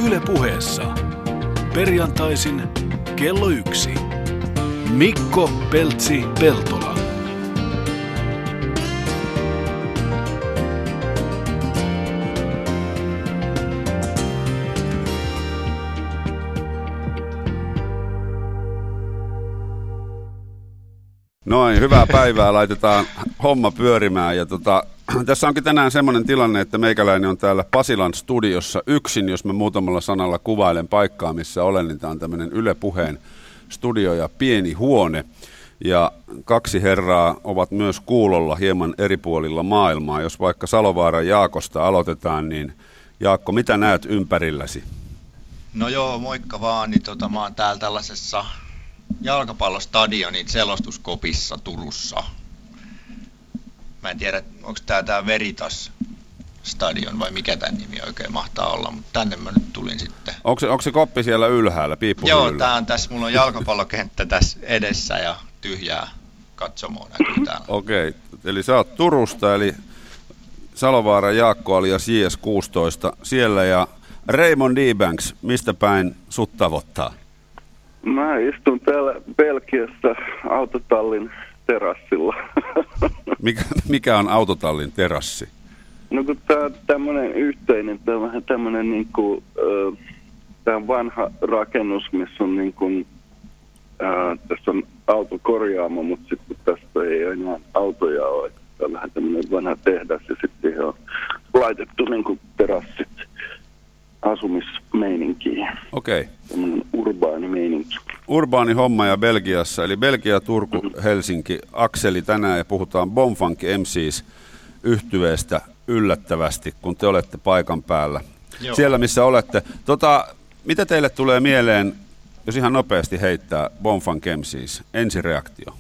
Yle Puheessa. Perjantaisin kello 1. Mikko Peltsi-Peltola. Noin, hyvää päivää. Laitetaan homma pyörimään. Ja tässä onkin tänään semmoinen tilanne, että meikäläinen on täällä Pasilan studiossa yksin. Jos mä muutamalla sanalla kuvailen paikkaa, missä olen, niin tämä on tämmöinen Yle Puheen studio ja pieni huone. Ja kaksi herraa ovat myös kuulolla hieman eri puolilla maailmaa. Jos vaikka Salovaaran Jaakosta aloitetaan, niin Jaakko, mitä näet ympärilläsi? No joo, moikka vaan. Niin mä oon täällä tällaisessa jalkapallostadionin selostuskopissa Turussa. Mä en tiedä, onko tää Veritas stadion vai mikä tämän nimi oikein mahtaa olla, mutta tänne mä nyt tulin sitten. Onko se koppi siellä ylhäällä, piippuhyllyllä? Joo, tää on tässä, mulla on jalkapallokenttä tässä edessä ja tyhjää katsomoa näkyy täällä. Okei, eli sä oot Turusta, eli Salovaaran Jaakko alias JS16 siellä, ja Raymond Ebanks, mistä päin sut tavoittaa? Mä istun täällä Belgiassa autotallin terassilla. Mikä on autotallin terassi? No kun tää on tämmönen yhteinen, tää on vähän tämmönen niinku, tää on vanha rakennus, missä on niinku, tässä on autokorjaamo, mutta sitten tästä ei enää autoja ole. Tää on vähän tämmönen vanha tehdas ja sitten siihen on laitettu niinku terassit asumismeininkiin. Okei. Tämmönen urbaani meininki. Urbaani homma ja Belgiassa, eli Belgia, Turku, Helsinki, akseli tänään, ja puhutaan Bomfunk MCs -yhtyeestä yllättävästi, kun te olette paikan päällä. Joo. Siellä, missä olette. Mitä teille tulee mieleen, jos ihan nopeasti heittää Bomfunk MCs, ensireaktio?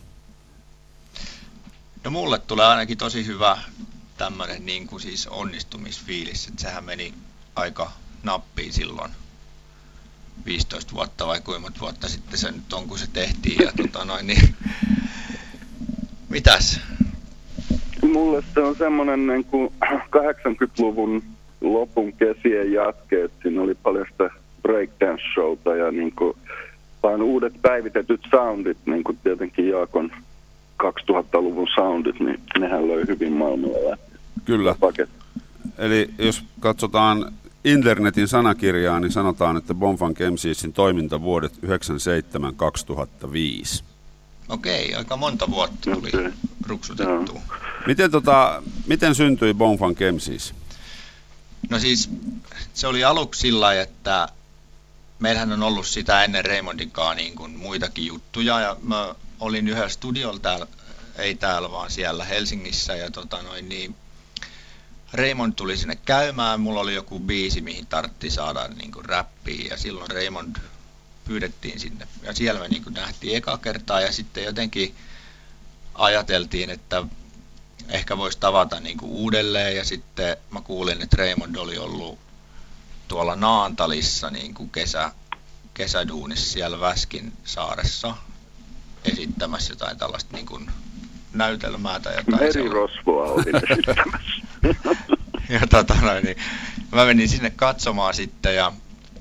No mulle tulee ainakin tosi hyvä tämmönen niin kuin siis onnistumisfiilis, että sehän meni aika nappiin silloin 15 vuotta vai kuinka vuotta sitten se nyt on, kun se tehtiin. Ja niin mitäs? Mulle se on semmoinen niin kuin 80-luvun lopun kesien jatke, että siinä oli paljon sitä breakdance-showta ja niin kuin, vaan uudet päivitetyt soundit, niin kuin tietenkin Jaakon 2000-luvun soundit, niin nehän löi hyvin maailmalla. Kyllä. Eli jos katsotaan internetin sanakirjaa, niin sanotaan, että Bomfunk MCsin toimintavuodet 97-2005. Okei, aika monta vuotta tuli ruksutettua. Miten syntyi Bomfunk MCs? No siis se oli aluksi sillä lailla, että meillähän on ollut sitä ennen Raymondinkaan niin kuin muitakin juttuja, ja mä olin yhdellä studiolla täällä, ei täällä vaan siellä Helsingissä, ja niin Raymond tuli sinne käymään, mulla oli joku biisi, mihin tartti saada niin kuin räppiä, ja silloin Raymond pyydettiin sinne. Ja siellä me niin kuin nähtiin eka kertaa, ja sitten jotenkin ajateltiin, että ehkä voisi tavata niin kuin uudelleen, ja sitten mä kuulin, että Raymond oli ollut tuolla Naantalissa niin kuin kesäduunissa siellä Väskin saaressa esittämässä jotain tällaista niin kuin näytelmää tai jotain. Merirosvoa oli esittämässä. Ja niin mä menin sinne katsomaan sitten ja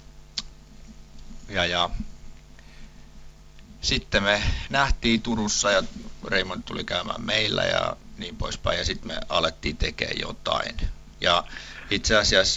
sitten me nähtiin Turussa ja Raymond tuli käymään meillä ja niin poispäin, ja sitten me alettiin tekemään jotain. Ja itse asiassa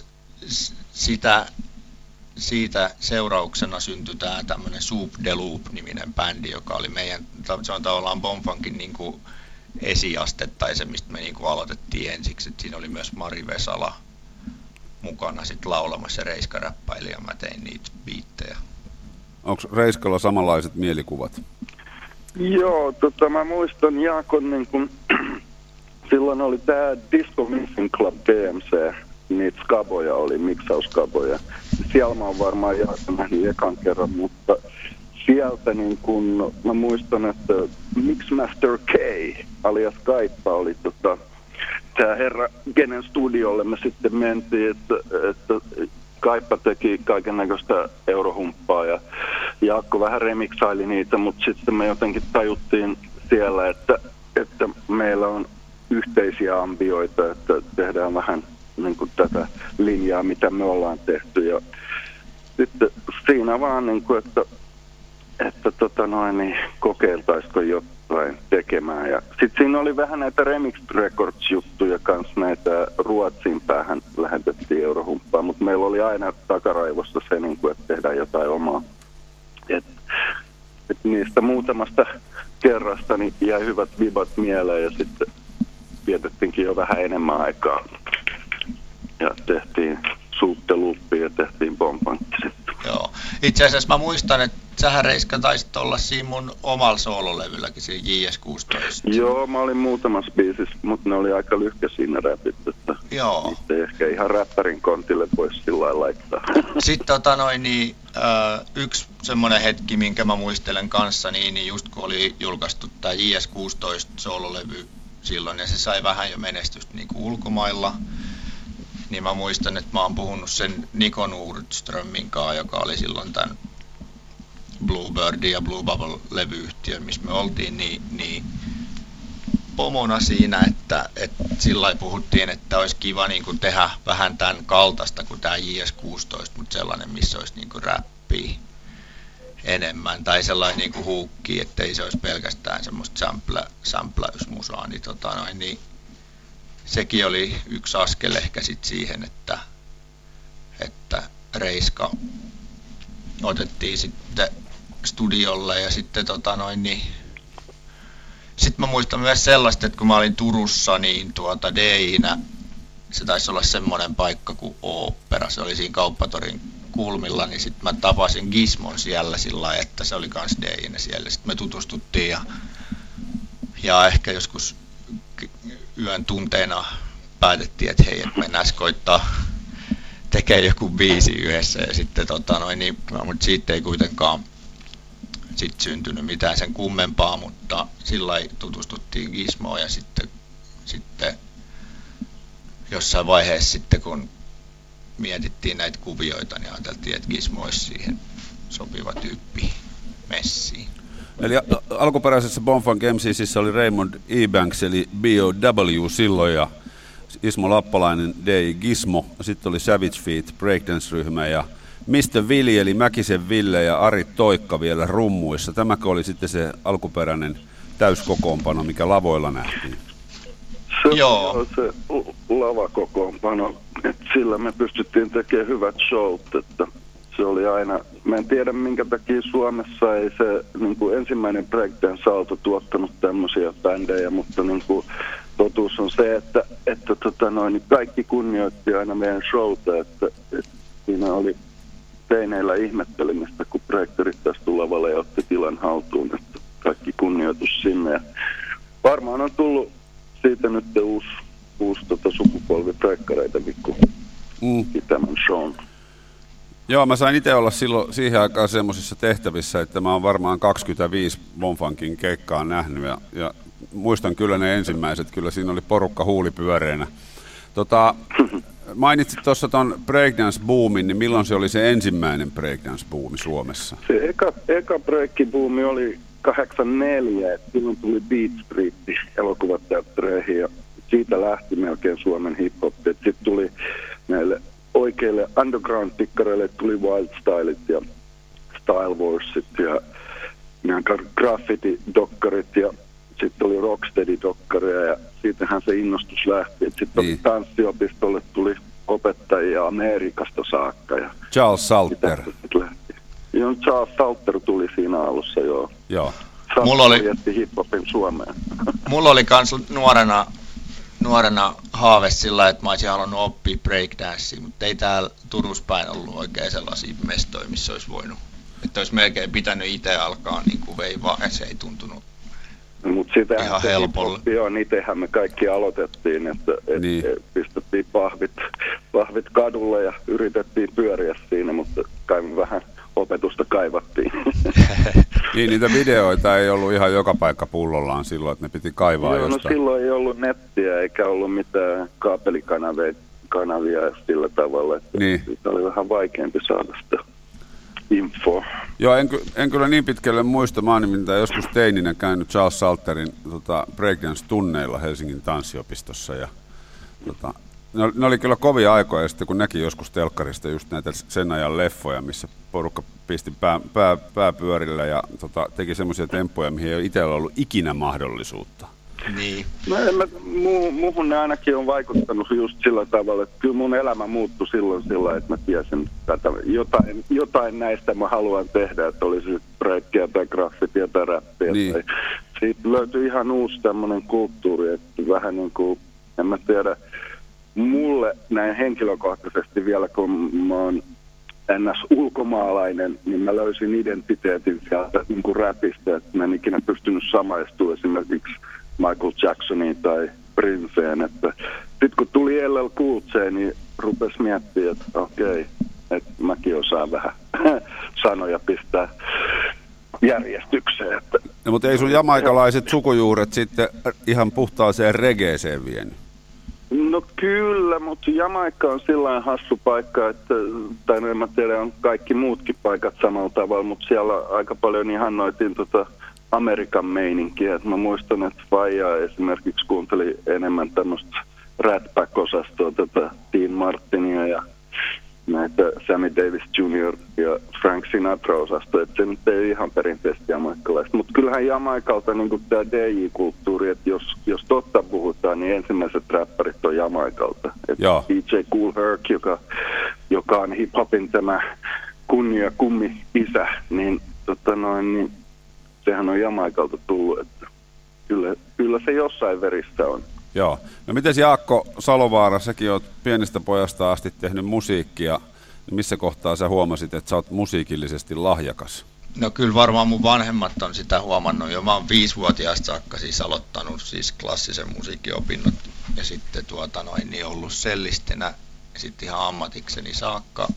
siitä seurauksena syntyi tämä tämmöinen Soup de Loop-niminen bändi, joka oli se on tavallaan Bomfunkin niin kuin esiaste tai se, mistä me niin kuin aloitettiin ensiksi. Et siinä oli myös Mari Vesala mukana sit laulamassa, Reiska räppäili ja mä tein niitä biittejä. Onko Reiskalla samanlaiset mielikuvat? Joo, mä muistan Jaakon, niin kun, silloin oli tämä Disco Missing Club DMC, niitä skaboja oli, miksauskaboja. Siellä mä oon varmaan Jaakon nähnyt ekan kerran, mutta sieltä niin kun, mä muistan, että Mixmaster K alias Kaippa oli tämä herra, kenen studiolle me sitten mentiin, että Kaippa teki kaikennäköistä eurohumppaa ja Jaakko vähän remiksaili niitä, mutta sitten me jotenkin tajuttiin siellä, että meillä on yhteisiä ambioita, että tehdään vähän niin kuin tätä linjaa, mitä me ollaan tehty. Ja sitten siinä vaan, niin kuin, että kokeiltaisiko jotain tekemään. Ja sitten siinä oli vähän näitä Remix Records-juttuja kanssa, näitä Ruotsin päähän lähetettiin Eurohumppaan, mutta meillä oli aina takaraivossa se, niin kuin, että tehdään jotain omaa. Et niistä muutamasta kerrasta niin jäi hyvät vibat mieleen ja sitten vietettiinkin jo vähän enemmän aikaa. Ja tehtiin Suutteluppia ja tehtiin Bombankki sitten. Joo. Itse asiassa mä muistan, että sähän Reiska taisit olla siinä mun omalla soololevylläkin, siinä JS16. Joo, mä olin muutamassa biisissä, mutta ne oli aika lyhkäisiä ne räpit, että niitä ei ehkä ihan räppärin kontille voisi sillä lailla laittaa. Sitten yksi semmoinen hetki, minkä mä muistelen kanssa, niin just kun oli julkaistu tää JS16 soololevy silloin, ja se sai vähän jo menestystä niin kuin ulkomailla, niin mä muistan, että mä oon puhunut sen Niko Nordströmin kanssa, joka oli silloin tämän Bluebirdin ja Blue Bubble-levyyhtiön, missä me oltiin, niin pomona siinä, että sillä lailla puhuttiin, että olisi kiva niin kuin tehdä vähän tämän kaltaista kuin tämä JS16, mutta sellainen, missä olisi niin kuin räppiä enemmän, tai sellainen niin kuin huukki, ettei se olisi pelkästään semmoista sampläysmusaa, niin sekin oli yksi askel ehkä sit siihen, että Reiska otettiin sitten studiolle ja sitten sitten mä muistan myös sellaista, että kun mä olin Turussa, niin DI:nä se taisi olla semmoinen paikka kuin Ooppera, se oli siinä Kauppatorin kulmilla, niin sitten mä tapasin Gizmon siellä sillä lailla, että se oli kans DI:nä siellä. Sitten me tutustuttiin ja ehkä joskus yön tunteina päätettiin, että hei, että mennään koittaa tekee joku biisi yhdessä ja sitten mutta siitä ei kuitenkaan sit syntynyt mitään sen kummempaa, mutta sillä lailla tutustuttiin Gizmoon ja sitten jossain vaiheessa sitten kun mietittiin näitä kuvioita, niin ajateltiin, että Gizmo olisi siihen sopiva tyyppi messiin. Eli alkuperäisessä Bomfunk MC:ssä oli Raymond Ebanks eli B.O.W. silloin ja Ismo Lappalainen D.I. Gizmo. Sitten oli Savage Feet breakdance-ryhmä ja Mr. Vili eli Mäkisen Ville ja Ari Toikka vielä rummuissa. Tämäkö oli sitten se alkuperäinen täyskokoonpano, mikä lavoilla nähtiin? Joo. Se lavakokoonpano, että sillä me pystyttiin tekemään hyvät showt, että se oli aina, mä en tiedä minkä takia Suomessa ei se niin kuin ensimmäinen breakdance-aalto tuottanut tämmöisiä bändejä, mutta niin kuin, totuus on se, että kaikki kunnioitti aina meidän showta, että siinä oli teineillä ihmettelemistä, kun projektorit tästä lavalle ja otti tilan haltuun, että kaikki kunnioitus sinne. Ja varmaan on tullut siitä nyt uusi sukupolvi projektoreita, kun tämän shown. Joo, mä sain itse olla silloin siihen aikaan semmoisissa tehtävissä, että mä oon varmaan 25 Bomfunkin keikkaa nähnyt ja muistan kyllä ne ensimmäiset, kyllä siinä oli porukka huulipyöreänä. Mainitsit tuossa ton breakdance-boomin, niin milloin se oli se ensimmäinen breakdance-boomi Suomessa? Se eka breakki-boomi oli 84, että silloin tuli Beat Street elokuvateattereihin ja siitä lähti melkein Suomen hip-hop. Sitten tuli näille oikeille underground-tikkareille tuli Wild Stylit ja Style Warsit ja graffiti-dokkarit ja sitten oli Rocksteady-dokkaria ja siitähän se innostus lähti. Sitten niin. Tanssiopistolle tuli opettajia Amerikasta saakka. Ja Charles Salter. Joo, Charles Salter tuli siinä alussa, joo. Mulla oli hip-hopin Suomeen. Mulla oli kans nuorena haave sillä, että mä olisin halunnut oppia breakdancea, mutta ei täällä Turussa päin ollut oikein sellaisia mestoja, missä olisi voinut. Että olisi melkein pitänyt itse alkaa niin kuin veivaa, ja se ei tuntunut Mutta sitähän ihan helpolla. Joo, itsehän me kaikki aloitettiin, että niin. Pistettiin pahvit kadulle ja yritettiin pyöriä siinä, mutta kai me vähän opetusta kaivattiin. Niin, niitä videoita ei ollut ihan joka paikka pullollaan silloin, että ne piti kaivaa jostain. No silloin ei ollut nettiä eikä ollut mitään kaapelikanavia sillä tavalla, että niin. Siitä oli vähän vaikeampi saada sitä infoa. Joo, en kyllä niin pitkälle muista. Mä oon nimittäin joskus teininä käynyt Charles Salterin breakdance-tunneilla Helsingin tanssiopistossa ja Ne oli kyllä kovia aikoja, ja sitten kun näki joskus telkkarista just näitä sen ajan leffoja, missä porukka pisti pää pyörillä ja teki semmoisia temppuja, mihin ei ole itsellä ollut ikinä mahdollisuutta. Niin. No muuhun ne ainakin on vaikuttanut just sillä tavalla, että kyllä mun elämä muuttui silloin sillä, että mä tiesin, että jotain näistä mä haluan tehdä, että olisi breikkiä tai graffitia tai räppiä. Niin. Tai siitä löytyi ihan uusi tämmöinen kulttuuri, että vähän niin kuin, en mä tiedä, mulle näin henkilökohtaisesti vielä, kun mä oon NS-ulkomaalainen, niin mä löysin identiteetin sieltä niin kuin räpistä, että mä en ikinä pystynyt samaistumaan esimerkiksi Michael Jacksoniin tai Princeen, että sitten kun tuli LL Cool J, niin rupesi miettimään, että okei, että mäkin osaan vähän sanoja pistää järjestykseen. Että. No, mutta ei sun jamaikalaiset sukujuuret sitten ihan puhtaaseen regeeseen vienyt? No kyllä, mutta Jamaikka on sillain hassu paikka, että, tai en mä tiedä, on kaikki muutkin paikat samalla tavalla, mutta siellä aika paljon ihannoitiin Amerikan meininkiä. Et mä muistan, että Faija esimerkiksi kuunteli enemmän tämmöistä Rat Pack-osastoa, Dean Martinia ja näitä Sammy Davis Jr. ja Frank Sinatra-osastoa, että se nyt ei ihan perinteisesti jamaikkalaista. Mutta kyllähän Jamaikalta niin tämä DJ-kulttuuri, että jos totta puhutaan, niin ensimmäiset räppärit on Jamaikalta. DJ Kool Herc, joka on hip-hopin tämä kunnia kummi-isä, niin, niin sehän on Jamaikalta tullut, että kyllä se jossain verissä on. Joo. No mites Jaakko Salovaara, säkin oot pienestä pojasta asti tehnyt musiikkia, niin missä kohtaa sä huomasit, että sä oot musiikillisesti lahjakas? No kyllä varmaan mun vanhemmat on sitä huomannut jo. Mä oon 5-vuotiaasta saakka siis aloittanut siis klassisen musiikkiopinnot ja sitten niin ollut sellistinä ja sitten ihan ammatikseni saakka.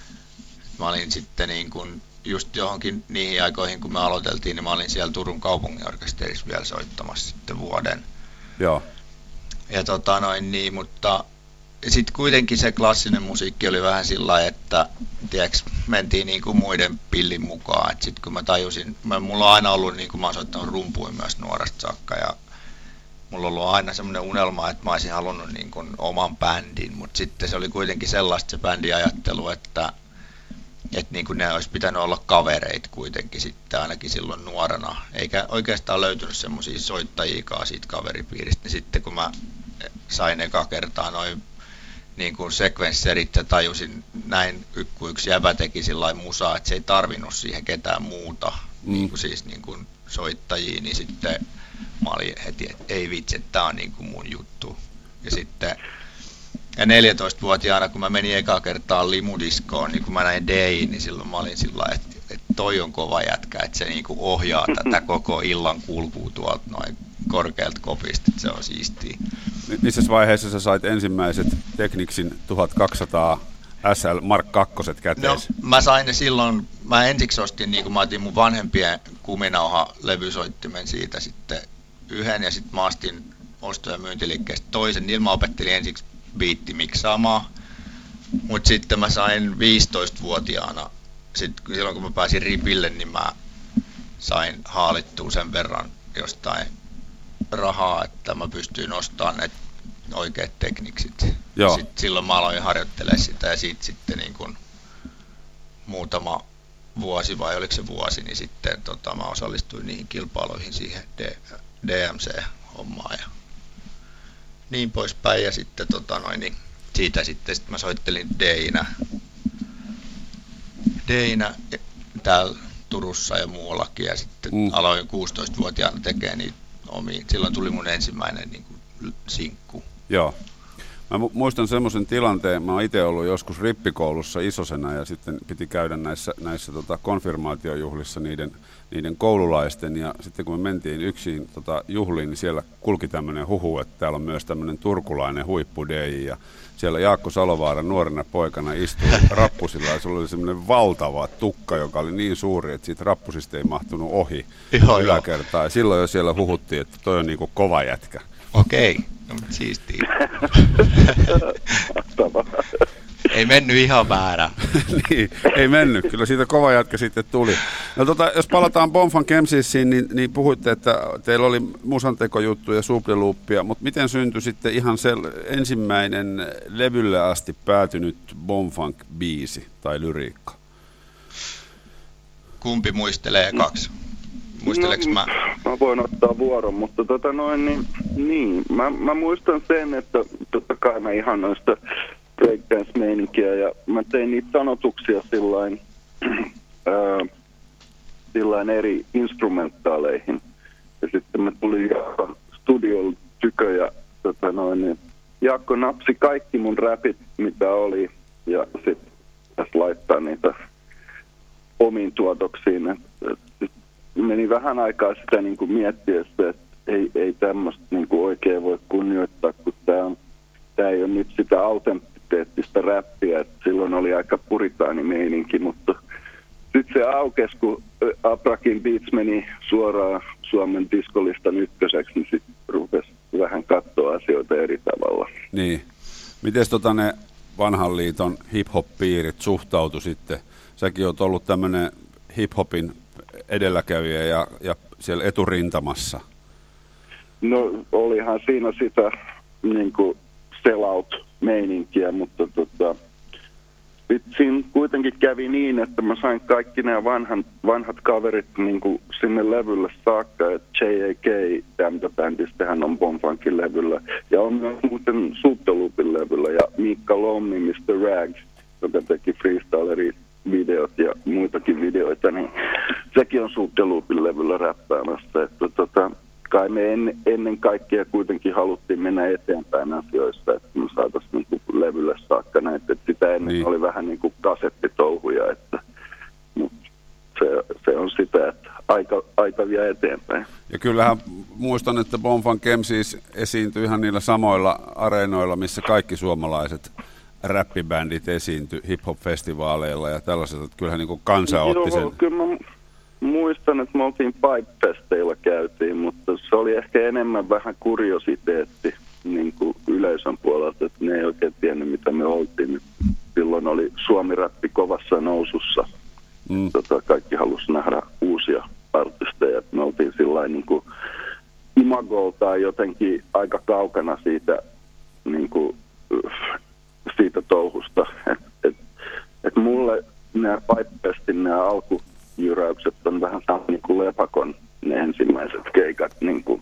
Mä olin sitten niin kun just johonkin niihin aikoihin, kun me aloiteltiin, niin mä olin siellä Turun kaupunginorkesterissa vielä soittamassa sitten vuoden. Joo. Ja mutta sitten kuitenkin se klassinen musiikki oli vähän sillä lailla, että tiedätkö, mentiin niin kuin muiden pillin mukaan. Et sitten kun mä tajusin, mulla on aina ollut, niin kuin mä oon soittanut rumpuin myös nuoresta saakka, ja mulla on ollut aina semmoinen unelma, että mä olisin halunnut niin kuin oman bändin, mutta sitten se oli kuitenkin sellaista se bändiajattelu, että niin kuin ne olisi pitänyt olla kavereita kuitenkin sitten ainakin silloin nuorena, eikä oikeastaan löytynyt semmoisia soittajiakaan siitä kaveripiiristä, niin sitten kun mä sain eka kertaa noin niin kuin sekvensserit ja tajusin näin, kun yksi jäbä teki sillain musaa, että se ei tarvinnut siihen ketään muuta, niin kuin siis niin kuin soittajia, niin sitten mä olin heti, että ei vitsi, että tää on niin kuin mun juttu. Ja sitten ja 14-vuotiaana, kun mä menin ekaa kertaa limudiskoon, niin kun mä näin DJ:n, niin silloin mä olin sillä lailla, että toi on kova jätkä, että se niinku ohjaa tätä koko illan kulkua tuolta noin korkealta kopista, että se on siistiä. Missä vaiheessa sä sait ensimmäiset Technicsin 1200 SL Mark 2 kätees? No, mä sain ne silloin, mä ensiksi ostin, niin kun mä otin mun vanhempien kuminauha-levysoittimen siitä sitten yhden, ja sitten mä ostin osto- ja myyntiliikkeestä toisen, niin mä opettelin ensiksi biittimiksaamaan, mutta sitten mä sain 15-vuotiaana, silloin kun mä pääsin ripille, niin mä sain haalittua sen verran jostain rahaa, että mä pystyin ostamaan ne oikeat tekniksit. Silloin mä aloin harjoittelemaan sitä ja siitä sitten niin kun muutama vuosi vai oliko se vuosi, niin sitten mä osallistuin niihin kilpailuihin siihen DMC-hommaan ja niin poispäin, ja sitten niin siitä sitten mä soittelin DJ-nä täällä Turussa ja muuallakin, ja sitten aloin 16-vuotiaana tekemään niitä omia. Silloin tuli mun ensimmäinen niin kuin sinkku. Joo. Mä muistan semmoisen tilanteen, mä oon itse ollut joskus rippikoulussa isosena ja sitten piti käydä näissä konfirmaatiojuhlissa niiden koululaisten, ja sitten kun me mentiin yksin juhliin, niin siellä kulki tämmöinen huhu, että täällä on myös tämmöinen turkulainen huippu DJ, ja siellä Jaakko Salovaara nuorena poikana istui rappusilla, ja sulla oli semmoinen valtava tukka, joka oli niin suuri, että siitä rappusista ei mahtunut ohi yläkertaan, ja silloin jo siellä huhuttiin, että toi on niinku kova jätkä. Okei, no, siistiä. Ei mennyt ihan väärään. Niin, ei mennyt. Kyllä siitä kova jätkä sitten tuli. No jos palataan Bomfunk MCsiin, niin puhuitte, että teillä oli musantekojuttu ja supleloopia, mutta miten syntyi sitten ihan se ensimmäinen levylle asti päätynyt Bomfunk-biisi tai lyriikka? Kumpi muistelee kaksi? Muisteleks mä? Mä voin ottaa vuoron, mutta niin. Mä muistan sen, että totta kai mä ihannoin sitä breakdance-meininkiä ja mä tein niitä sanotuksia sillain eri instrumentaaleihin. Ja sitten mä tulin studion tykö ja Jaakko napsi kaikki mun räpit, mitä oli, ja sitten tässä laittaa niitä omiin tuotoksiin. Meni vähän aikaa sitä niin kuin miettiessä, että ei tämmöistä niin kuin oikein voi kunnioittaa, kun tämä ei ole nyt sitä autenttiteettistä räppiä. Et silloin oli aika puritaanimeininki, mutta sitten se aukesi, kun Abrakin Beats meni suoraan Suomen diskolistan ykköseksi, niin sitten rupesi vähän katsoa asioita eri tavalla. Niin. Mites ne vanhan liiton hip-hop-piirit suhtautu sitten? Säkin oot ollut tämmöinen hip-hopin edelläkävijä ja siellä eturintamassa. No olihan siinä sitä niin kuin sell-out-meininkiä, mutta siinä kuitenkin kävi niin, että mä sain kaikki nämä vanhat kaverit niin kuin sinne levylle saakka, että J.A.K. Damn the Bandistähän on Bomfunkin levyllä ja on myös muuten Suutteloopin levyllä ja Miikka Lommi, Mr. Rags, joka teki freestyleri-videot ja muitakin videoita, niin sekin on Suutteloopin levyllä räppäämässä, että kai me ennen kaikkea kuitenkin haluttiin mennä eteenpäin asioissa, että me saataisiin niin levylle saakka näitä. Että sitä ennen niin oli vähän niin kuin kasettitouhuja, mutta se on sitä, että aika vie eteenpäin. Ja kyllähän muistan, että Bomfunk MCs esiintyi ihan niillä samoilla areenoilla, missä kaikki suomalaiset räppibändit esiintyi hip-hop-festivaaleilla ja tällaiset, että kyllähän niin kuin kansa otti sen. Kyllä mä muistan, että me oltiin Pipe-festeillä käytiin, mutta se oli ehkä enemmän vähän kuriositeetti niin kuin yleisön puolelta, että ne ei oikein tiennyt, mitä me oltiin. Silloin oli Suomi-räppi kovassa nousussa. Kaikki halusi nähdä uusia artisteja. Me oltiin sillain niin kuin imagoltaan jotenkin aika kaukana siitä, niin kuin, siitä touhusta. Et mulle nämä Pipe-festin, nämä alkujyräykset on vähän sama niin kuin Lepakon ne ensimmäiset keikat, niin kuin,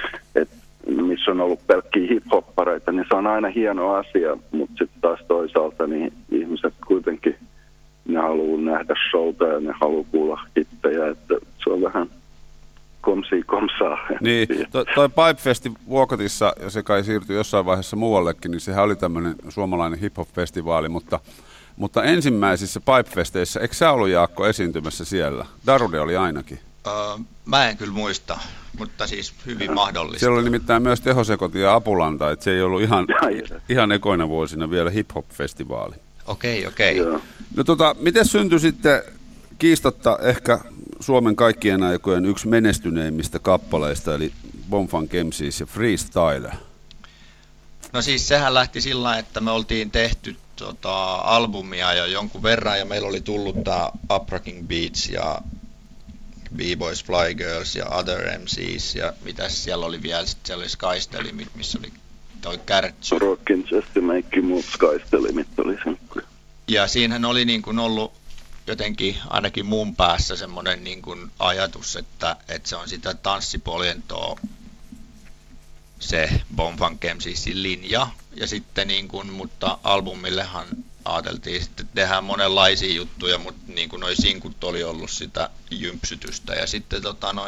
missä on ollut pelkkiä hip-hoppareita, niin se on aina hieno asia, mutta sitten taas toisaalta niin ihmiset kuitenkin ne haluaa nähdä showta ja ne haluaa kuulla hittejä, että se on vähän komsaa. Niin, toi Pipe-festi Vuokatissa, ja se kai siirtyi jossain vaiheessa muuallekin, niin sehän oli tämmöinen suomalainen hip-hop-festivaali, mutta ensimmäisissä Pipe-festeissä, eikö sä ollut Jaakko esiintymässä siellä? Darude oli ainakin. Mä en kyllä muista, mutta siis hyvin mahdollista. Siellä oli nimittäin myös Tehosekoti ja Apulanta, että se ei ollut ihan ekoina vuosina vielä hip-hop-festivaali. Okei. No miten syntyi sitten kiistatta ehkä Suomen kaikkien aikojen yksi menestyneimmistä kappaleista, eli Bomfunk MCs ja Freestyler? No siis sehän lähti sillä, että me oltiin tehty albumia jo jonkun verran, ja meillä oli tullut tää Upraking Beats ja B-Boys Fly Girls ja Other MCs, ja mitäs siellä oli vielä, sitten siellä oli Sky's The Limit, missä oli toi Kärtsy. Rockin' Just to Make muut Sky's The Limit oli sen. Ja siinähän oli niin kuin ollut jotenkin ainakin mun päässä semmoinen niin kuin ajatus, että se on sitä tanssipoljentoa se Bomfunk MCsin linja, ja sitten niin kuin, mutta albumillehan ajateltiin sitten tehdään monenlaisia juttuja, mutta niin kuin noi sinkut oli ollut sitä jympsytystä, ja sitten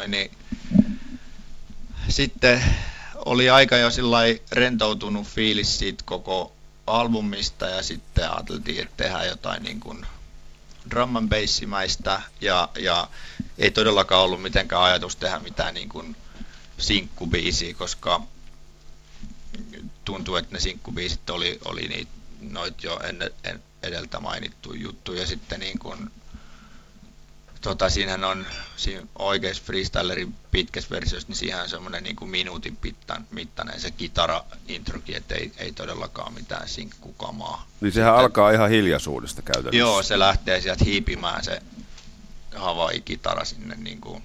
sitten oli aika jo sillai rentoutunut fiilis siitä koko albumista, ja sitten ajateltiin, että tehdään jotain niin kuin drum and bassimäistä, ja ei todellakaan ollut mitenkään ajatus tehdä mitään niin kuin sinkkubiisiä, koska tuntui, että ne sinkkubiisit oli noit jo edeltä mainittu juttu, ja sitten niin kuin siinähän on siinä oikeassa freestylerin pitkässä versiossa, niin siihen on semmoinen niin kuin minuutin mittainen se kitara-introkin, että ei todellakaan mitään sinkkukamaa. Niin sehän alkaa ihan hiljaisuudesta käytännössä. Joo, se lähtee sieltä hiipimään se Hawaii-kitara sinne niin kuin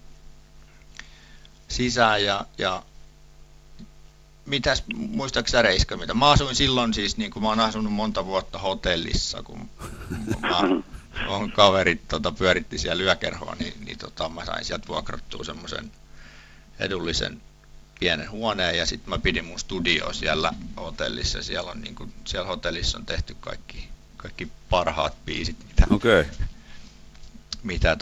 sisään ja mitäs, muistatko sä Reiska mitä? Mä asuin silloin siis, niin kuin mä oon asunut monta vuotta hotellissa, kun mun kaverit pyöritti siellä yökerhoa, niin mä sain sieltä vuokrattua semmoisen edullisen pienen huoneen ja sitten mä pidin mun studioa siellä hotellissa. Siellä on, niin kuin, siellä hotellissa on tehty kaikki parhaat biisit, mitä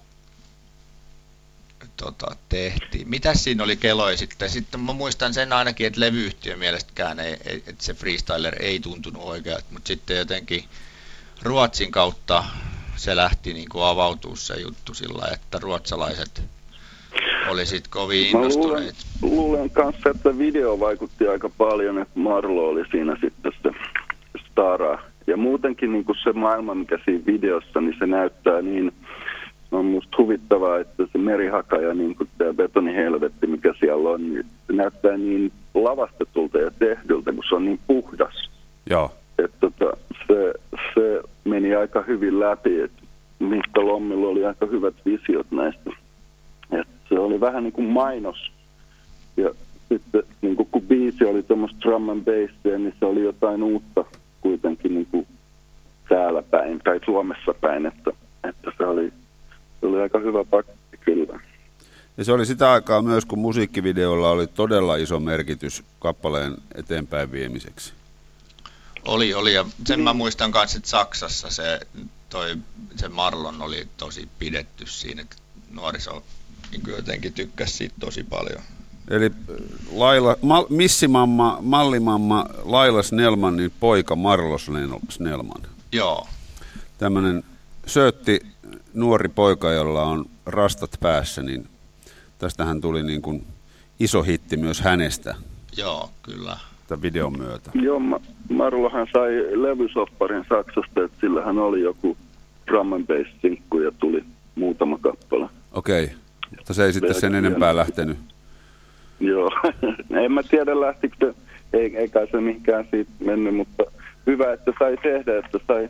tehtiin. Mitäs siinä oli keloja sitten? Sitten mä muistan sen ainakin, että levyyhtiön mielestäkään että se freestyler ei tuntunut oikealta, mutta sitten jotenkin Ruotsin kautta se lähti niin kuin avautua se juttu sillä, että ruotsalaiset oli sitten kovin innostuneet. Luulen kanssa, että video vaikutti aika paljon, että Marlo oli siinä sitten se stara. Ja muutenkin niin kuin se maailma, mikä siinä videossa, niin se näyttää niin, on musta huvittavaa, että se merihaka ja niin kuin tämä betonihelvetti, mikä siellä on, niin se näyttää niin lavastetulta ja tehdyltä, kun se on niin puhdas. Joo. Että se meni aika hyvin läpi, että Mikko Lommilla oli aika hyvät visiot näistä. Että se oli vähän niin kuin mainos. Ja sitten niin kuin, kun biisi oli tuommoista drum and bassia, niin se oli jotain uutta kuitenkin niin kuin täällä päin tai Suomessa päin, että se oli aika hyvä paketti kyllä. Ja se oli sitä aikaa myös, kun musiikkivideolla oli todella iso merkitys kappaleen eteenpäin viemiseksi. Oli, ja sen mä muistan kanssa, että Saksassa se Marlon oli tosi pidetty siinä, että nuoriso niin jotenkin tykkäsi siitä tosi paljon. Eli missimamma, mallimamma Laila Snellmanin poika Marlo Snellman. Joo. Tämmöinen söötti nuori poika, jolla on rastat päässä, niin tästähän tuli niin kuin iso hitti myös hänestä. Joo, kyllä. Tämän videon myötä. Joo, Marlohan sai levysopparin Saksasta, että sillähän oli joku drum and bass -sinkku ja tuli muutama kappale. Okei, mutta se ei sitten sen enempää lähtenyt. Joo, en mä tiedä lähtikö se, eikä se mihinkään siitä mennyt, mutta hyvä, että sai tehdä, että sai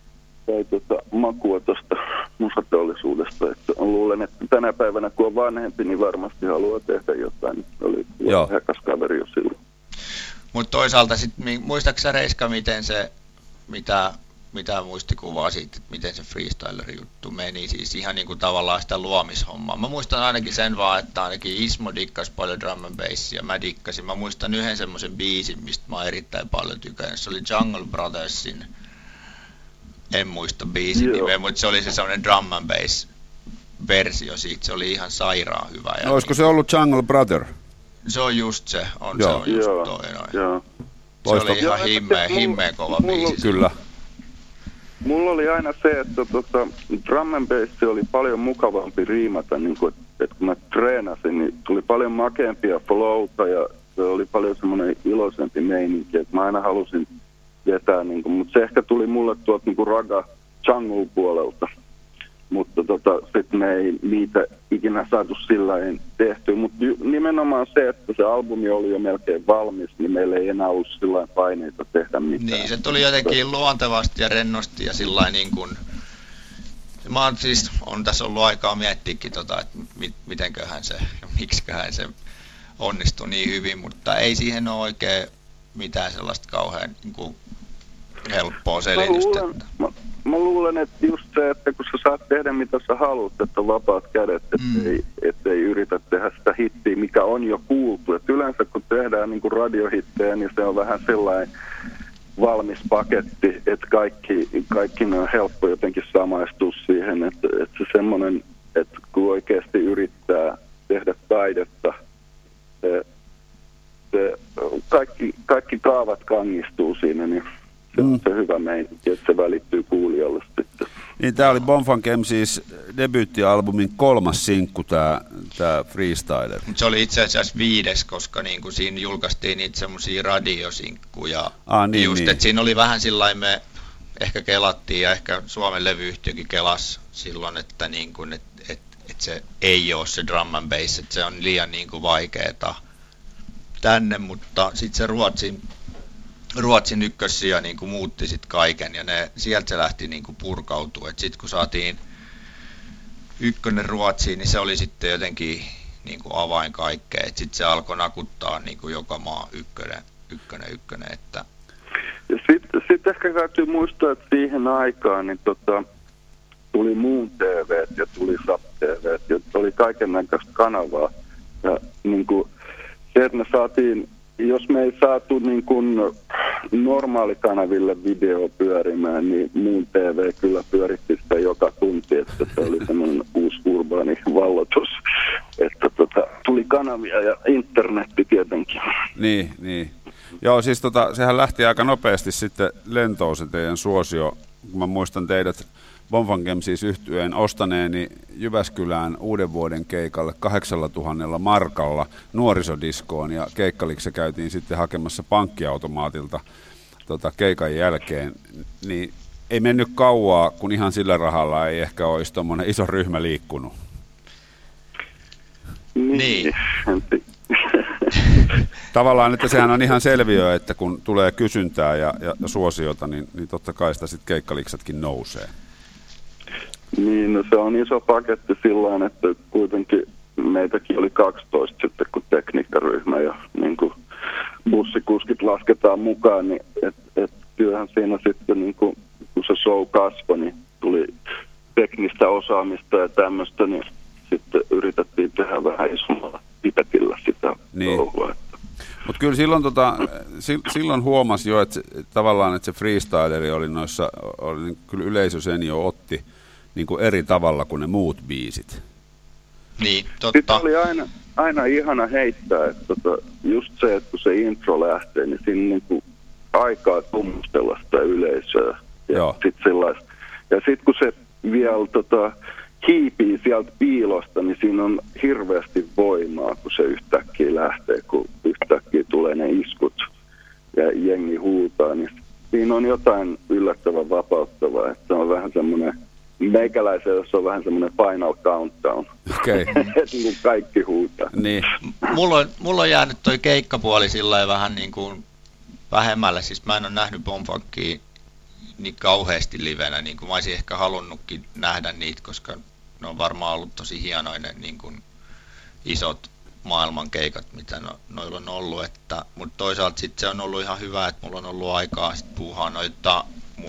makua tuosta musateollisuudesta. Että luulen, että tänä päivänä kun on vanhempi, niin varmasti haluaa tehdä jotain. Oli häkäs kaveri jo silloin. Mutta toisaalta sitten, muistatko sä Reiska, miten se, mitä muistikuvaa siitä, että miten se freestyler-juttu meni, siis ihan niin kuin tavallaan sitä luomishommaa. Mä muistan ainakin sen vaan, että ainakin Ismo dikkasi paljon drum and bassia, mä dikkasin. Mä muistan yhden semmoisen biisin, mistä mä erittäin paljon tykännyt. Se oli Jungle Brothersin, en muista biisin nimeä, mutta se oli se semmoinen drum and bass versio siitä, se oli ihan sairaan hyvä. No, olisiko se ollut Jungle Brother? Se on just se, se on just toi noin. Joo. Se oli ihan himmeä kova biisi. Kyllä. Mulla oli aina se, että drum and bass oli paljon mukavampi riimata, niin kuin, että kun mä treenasin, niin tuli paljon makeampia flowta ja se oli paljon semmoinen iloisempi meininki, että mä aina halusin vetää, niin kuin, mutta se ehkä tuli mulle tuolta niin kuin raga jungle puolelta, mutta sitten me ei niitä ikinä saatu sillä tehty, mutta nimenomaan se, että se albumi oli jo melkein valmis, niin meillä ei enää ollut sillä paineita tehdä mitään. Niin, se tuli jotenkin luontevasti ja rennosti ja sillä niin kuin, mä on tässä ollut aikaa miettiäkin, että mitenköhän se ja miksiköhän se onnistui niin hyvin, mutta ei siihen ole oikein mitään sellaista kauhean niin kuin helppoa selitystä. Mä luulen, että just se, että kun sä saat tehdä mitä sä haluat, että on vapaat kädet, ettei yritä tehdä sitä hittiä, mikä on jo kuultu. Et yleensä kun tehdään niin kuin radiohittejä, niin se on vähän sellainen valmis paketti, että kaikki on helppo jotenkin samaistua siihen, että se semmoinen, että kun oikeasti yrittää tehdä taidetta, kaikki kaavat kangistuu siinä, niin se on se hyvä meininki, että se välittyy kuulijalle sitten. Niin, tämä oli Bonfunk MC:s debyyttialbumin 3. sinkku, tämä Freestyler. Se oli itse asiassa 5, koska niin kuin siinä julkaistiin niitä semmoisia radiosinkkuja. Niin, just, että siinä oli vähän sillain ehkä kelattiin ja ehkä Suomen levyyhtiökin kelasi silloin, että niin kuin, että se ei ole se drum and bass, että se on liian niin kuin vaikeeta tänne, mutta sitten se Ruotsin ykkössija niin kuin muutti sitten kaiken ja sieltä se lähti niin kuin purkautua. Sitten kun saatiin ykkönen Ruotsiin, niin se oli sitten jotenkin niin kuin avain kaikkea. Sitten se alkoi nakuttaa niin kuin joka maa ykkönen. Että... Sitten ehkä täytyy muistaa, että siihen aikaan niin tuli Muun TV ja tuli Sap TV ja oli kaikennäköistä kanavaa. Ja niin kuin se, että me saatiin, jos me ei saatu niin kuin normaalikanaville video pyörimään, niin Muun TV kyllä pyöritti sitä joka tunti, että se oli semmoinen uusi urbaani valloitus, että tuli kanavia ja internetti tietenkin. Niin. Joo, siis sehän lähti aika nopeasti sitten lentoon se teidän suosio, kun mä muistan teidät Bonfangem siis yhtyeen ostaneeni Jyväskylään uuden vuoden keikalle 8,000 markalla nuorisodiskoon ja keikkalikse käytiin sitten hakemassa pankkiautomaatilta keikan jälkeen, niin ei mennyt kauaa, kun ihan sillä rahalla ei ehkä olisi tommoinen iso ryhmä liikkunut. Niin. Tavallaan, että sehän on ihan selviö, että kun tulee kysyntää ja suosiota, niin totta kai sitä sitten keikkaliksetkin nousee. Niin, no se on iso paketti silloin, että kuitenkin meitäkin oli 12 sitten, kun tekniikkaryhmä ja niin kuin bussikuskit lasketaan mukaan, niin kyllähän siinä sitten, niin kuin, kun se show kasvoi, niin tuli teknistä osaamista ja tämmöistä, niin sitten yritettiin tehdä vähän isommalla pipetillä sitä touhua. Mutta kyllä silloin huomasi jo, että tavallaan että se freestyleri oli noissa, kyllä yleisö sen jo otti niin kuin eri tavalla kuin ne muut biisit. Niin, totta. Sitten oli aina ihana heittää, että just se, että kun se intro lähtee, niin siinä niin kuin aikaa tunnustella sitä yleisöä. Ja sitten kun se vielä hiipii sieltä piilosta, niin siinä on hirveästi voimaa, kun se yhtäkkiä lähtee, kun yhtäkkiä tulee ne iskut ja jengi huutaa, niin siinä on jotain yllättävän vapauttavaa, että se on vähän semmoinen, meikäläisellä se on vähän semmoinen final countdown, okay. Että niin kaikki huutaa. Niin. Mulla on jäänyt toi keikkapuoli sillä vähän niin kuin vähemmälle, siis mä en ole nähnyt Bonfunkia niin kauheasti livenä, niin kuin mä olisin ehkä halunnutkin nähdä niitä, koska ne on varmaan ollut tosi hienoinen niin kuin isot maailmankeikat, mitä noilla on ollut, mutta toisaalta sitten se on ollut ihan hyvä, että mulla on ollut aikaa sit puuhaa noita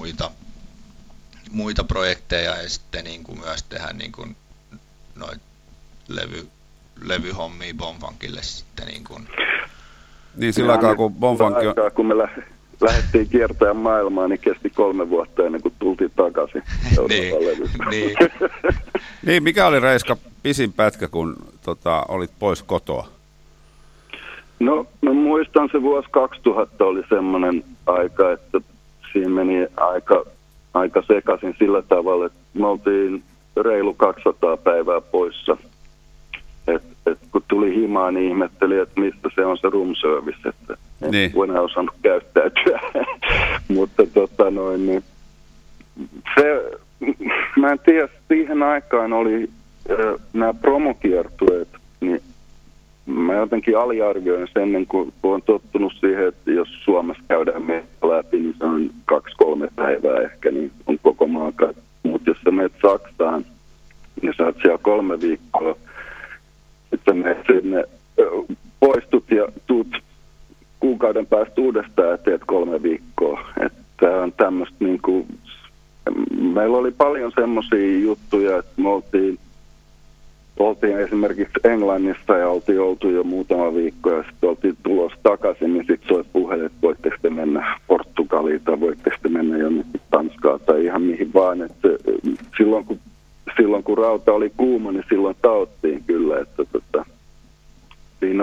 muita projekteja ja sitten niin kuin myös tehdä niin kuin noita levyhommia Bonfunkille sitten niin kuin. Niin sillä aikaa kun Bonfunk on... kun me lähdettiin kiertämään maailmaa, niin kesti 3 vuotta ennen kuin tultiin takaisin. Niin. Niin, mikä oli Reiska pisin pätkä, kun olit pois kotoa? No, mä muistan se vuosi 2000 oli semmoinen aika, että siinä meni aika sekaisin sillä tavalla, että me oltiin reilu 200 päivää poissa. Et kun tuli himaan, niin ihmetteli, että mistä se on se room service, että en enää osannut käyttäytyä. Mutta niin, se, mä en tiedä, siihen aikaan oli nämä promokiertueet, niin mä jotenkin aliarvioin sen, kun on tottunut siihen, että jos Suomessa käydään meitä läpi, niin se on 2-3 päivää ehkä, niin on koko maakaan. Mutta jos sä menet Saksaan, niin sä oot siellä 3 viikkoa, sitten menet sinne, poistut ja tuut kuukauden päästä uudestaan ja teet 3 viikkoa. Että on tämmöistä niinku, meillä oli paljon semmoisia juttuja, että me oltiin esimerkiksi Englannissa ja oltiin oltu jo muutama viikko ja sitten oltiin tulossa takaisin, niin sitten soi puhelin, että voitteko te mennä Portugaliin tai voitteko te mennä jonnekin Tanskaan tai ihan mihin vaan. Että silloin kun rauta oli kuuma, niin silloin taottiin kyllä, että siinä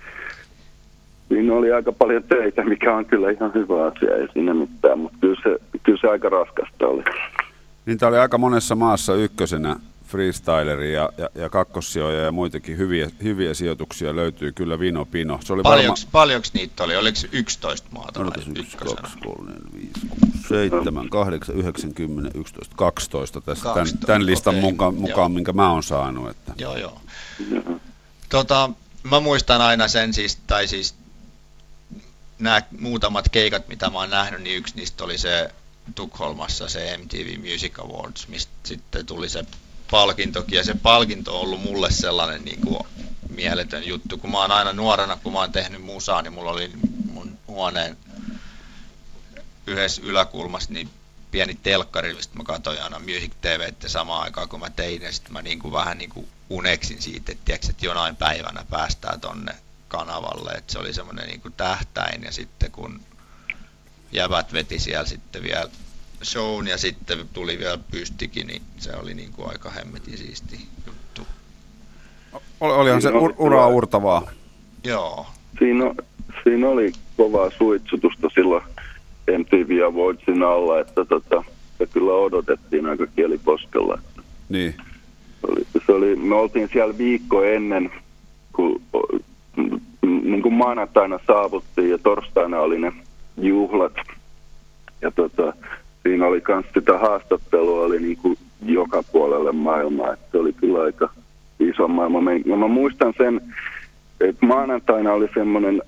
oli aika paljon töitä, mikä on kyllä ihan hyvä asia, ei siinä mitään, mutta kyllä se aika raskasta oli. Niin tämä oli aika monessa maassa ykkösenä freestyleri ja kakkossijoja ja muitakin hyviä sijoituksia löytyy kyllä vino pino. Se oli paljonko niitä oli? Oliko 11 maata vai ykkösenä? 1, 2, 3, 4, 5, 6, 7, 8, 9, 10, 11, 12 tässä tämän listan mukaan, minkä mä oon saanut. Että. Joo. Mä muistan aina sen siis nämä muutamat keikat, mitä mä oon nähnyt, niin yksi niistä oli se Tukholmassa se MTV Music Awards, mistä sitten tuli se palkintokin, ja se palkinto on ollut mulle sellainen niin kuin mieletön juttu, kun mä oon aina nuorena, kun mä oon tehnyt musaa, niin mulla oli mun huoneen yhdessä yläkulmassa niin pieni telkkari, mistä mä katsoin aina Music TV:tä samaan aikaan, kun mä tein, ja sitten mä niin kuin vähän niin kuin uneksin siitä, että jonain päivänä päästään tonne kanavalle, että se oli semmoinen niin kuin tähtäin, ja sitten kun jäbät veti siellä sitten vielä shown, ja sitten tuli vielä pystikin, niin se oli niin kuin aika hemmetin siisti juttu. Olihan se uraa uurtavaa. Joo. Siinä oli kovaa suitsutusta silloin MTV Awardsin alla, että se kyllä odotettiin aika kieliposkella. Niin. Me oltiin siellä viikko ennen, kun niin kuin maanantaina saavuttiin ja torstaina oli ne juhlat. Ja siinä oli myös sitä haastattelua oli niin kuin joka puolelle maailmaa. Että se oli kyllä aika iso maailma. Mä muistan sen, että maanantaina oli semmoinen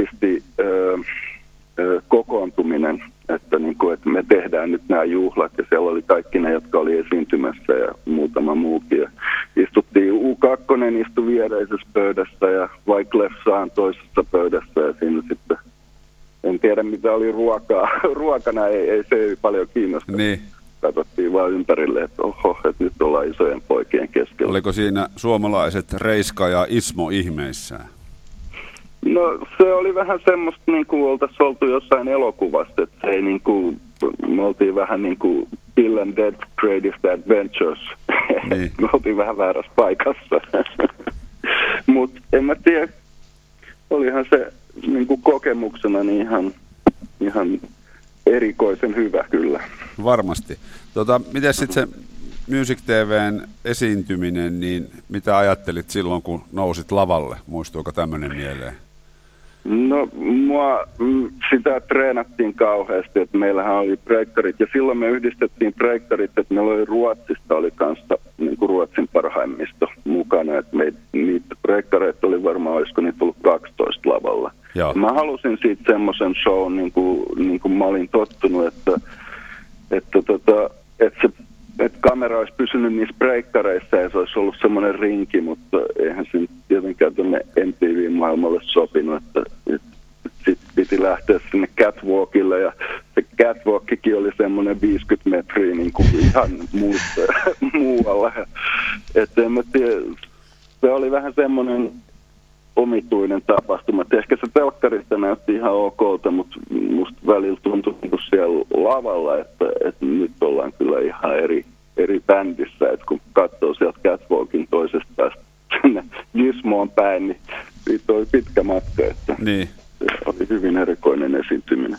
kokoontuminen, että, niin kuin, että me tehdään nyt nämä juhlat, ja siellä oli kaikki ne, jotka oli esiintymässä ja muutama muukin. Ja istuttiin U2 istui viereisessä pöydässä ja Wyclef Jean toisessa pöydässä, ja siinä sitten en tiedä mitä oli ruokana, ei se paljon kiinnosta. Niin. Katsottiin vaan ympärille, että oho, että nyt ollaan isojen poikien keskellä. Oliko siinä suomalaiset Reiska ja Ismo ihmeissään? No se oli vähän semmoista, niin kuin oltaisiin oltu jossain elokuvasta, että ei niin kuin, me oltiin vähän niin kuin Bill and Ted Greatest Adventures. Niin. Me oltiin vähän väärässä paikassa. Mutta en mä tiedä, olihan se niin kuin kokemuksena niin ihan erikoisen hyvä kyllä. Varmasti. Miten sitten se Music TV:n esiintyminen, niin mitä ajattelit silloin, kun nousit lavalle? Muistuuko tämmöinen mieleen? No, sitä treenattiin kauheasti, että meillähän oli breikkarit, ja silloin me yhdistettiin breikkarit, että meillä oli Ruotsista, oli kanssa niin kuin Ruotsin parhaimmisto mukana, että niitä breikkareita oli varmaan, olisiko niitä ollut 12 lavalla. Joo. Mä halusin siitä semmoisen shown, niin kuin mä olin tottunut, että kamera olisi pysynyt niissä breikkareissa ja se olisi ollut semmoinen rinki, mutta eihän se tietenkään tuonne MTV-maailmalle sopinut, että sitten piti lähteä sinne catwalkille ja se catwalkikin oli semmoinen 50 metriä niin kuin ihan muualla. Että en mä tiedä, se oli vähän semmoinen omituinen tapahtuma. Ehkä se telkkarista näytti ihan okolta, mutta musta välillä tuntui niin kuin siellä lavalla, että nyt ollaan kyllä ihan eri bändissä. Että kun katsoo sieltä catwalkin toisesta päästä sinne Gizmoon päin, niin siitä oli pitkä matka. Että niin. Se oli hyvin erikoinen esiintyminen.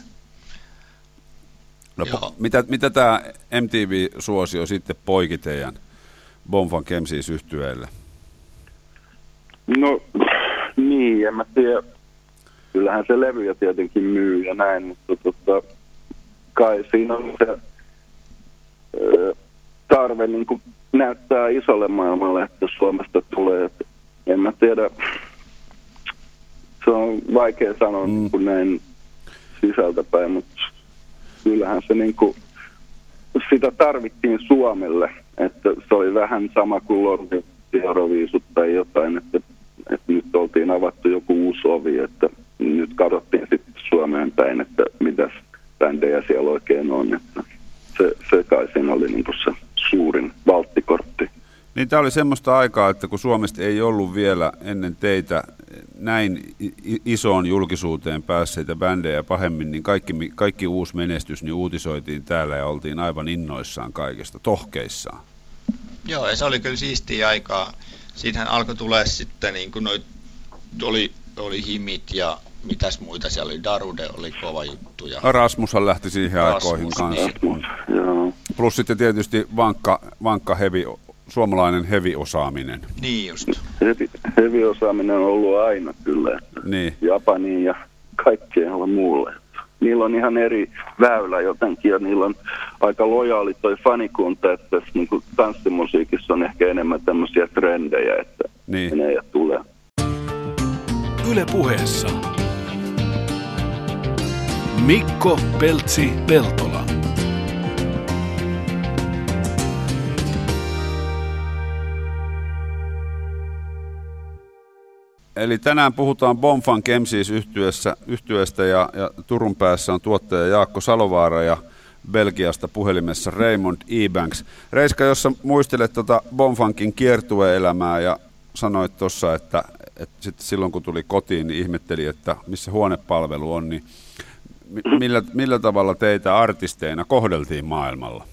No, mitä tämä MTV-suosio sitten poiki teidän Bonfan Kemsis-yhtyeelle? No niin, en mä tiedä. Kyllähän se levyjä tietenkin myy ja näin, mutta kai siinä on se tarve niin kuin näyttää isolle maailmalle, että Suomesta tulee. Että en mä tiedä, se on vaikea sanoa niin kuin näin sisältäpäin, mutta kyllähän se niin kuin, sitä tarvittiin Suomelle, että se oli vähän sama kuin Lordi Euroviisut tai jotain, että nyt oltiin avattu joku uusi ovi, että nyt katsottiin sitten Suomeen päin, että mitäs bändejä siellä oikein on, että se kai siinä oli niin kuin se suurin valttikortti. Niin tämä oli semmoista aikaa, että kun Suomesta ei ollut vielä ennen teitä näin isoon julkisuuteen päässeitä bändejä pahemmin, niin kaikki uusi menestys niin uutisoitiin täällä ja oltiin aivan innoissaan kaikesta, tohkeissaan. Joo, ja se oli kyllä siistiä aikaa. Siitähän alkoi tulee sitten, niin kuin oli Himit ja mitäs muita siellä oli, Darude oli kova juttu. Ja Rasmushan lähti siihen aikoihin kanssa. Joo. Plus sitten tietysti vankka suomalainen heavy-osaaminen. Niin just. Heavy-osaaminen on ollut aina kyllä. Niin. Japaniin ja kaikkeen muulle. niillä on ihan eri väylä jotenkin ja niillä on aika lojaali toi fanikunta, että tässä niin kuin tanssimusiikissa on ehkä enemmän tämmöisiä trendejä, että menee ja tulee. Yle Puheessa Mikko Peltsi-Peltola. Eli tänään puhutaan Bomfunk MCs yhtyeestä ja Turun päässä on tuottaja Jaakko Salovaara ja Belgiasta puhelimessa Raymond Ebanks. Reiska, jos sä muistelet Bomfunkin kiertueelämää ja sanoit tuossa, että sitten silloin kun tuli kotiin, niin ihmetteli, että missä huonepalvelu on, niin millä tavalla teitä artisteina kohdeltiin maailmalla?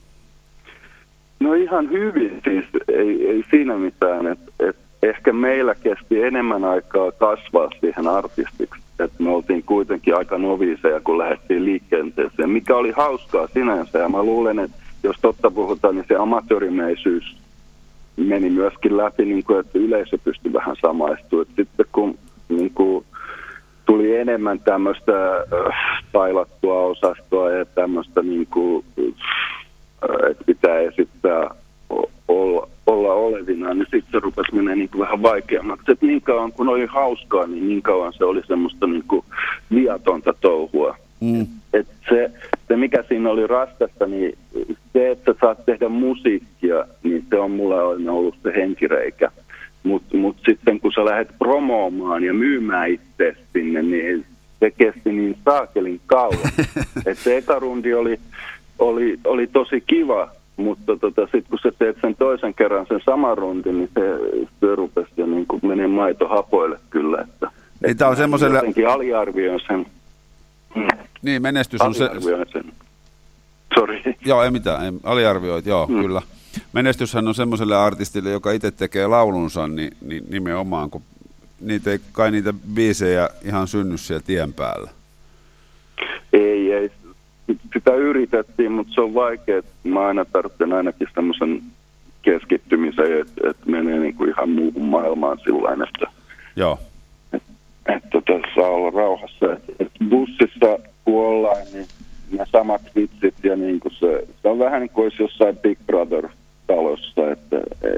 No ihan hyvin, siis ei siinä mitään, että ehkä meillä kesti enemmän aikaa kasvaa siihen artistiksi, että me oltiin kuitenkin aika noviiseja, kun lähdettiin liikenteeseen, mikä oli hauskaa sinänsä, ja mä luulen, että jos totta puhutaan, niin se amatöörimeisyys meni myöskin läpi, niin kuin, että yleisö pystyi vähän samaistumaan. Sitten kun niin kuin, tuli enemmän tämmöistä stylattua osastoa ja tämmöistä, niin kuin, että pitää esittää olla olevinaan, niin sitten se rupesi menemään niin kuin vähän vaikeammaksi. Että niin kauan kun oli hauskaa, niin kauan se oli semmoista niin kuin viatonta touhua. Että se, mikä siinä oli raskasta, niin se, että saat tehdä musiikkia, niin se on mulla ollut se henkireikä. Mut sitten kun sä lähdet promoomaan ja myymään itse sinne, niin se kesti niin saakelin kauan. Että se eka rundi oli tosi kiva, mutta sitten kun sä teet sen toisen kerran sen saman rundin, niin se rupesi jo niin kuin menee maito hapoille kyllä. Että on semmoselle... Jotenkin aliarvioin sen. Niin, menestys on se... Sori. Joo, ei mitään. Aliarvioit, joo, kyllä. Menestyshän on semmoiselle artistille, joka itse tekee laulunsa, niin nimenomaan, kun niitä biisejä ihan synny siellä tien päällä. Ei. Sitä yritettiin, mutta se on vaikea. Mä aina tarvitsen ainakin semmoisen keskittymisen, että menee niin kuin ihan muuhun maailmaan sillain, että... Joo. Että tässä olla rauhassa. Että bussissa kun ollaan, niin ne samat vitsit ja niin kuin se on vähän niin kuin olisi jossain Big Brother-talossa, että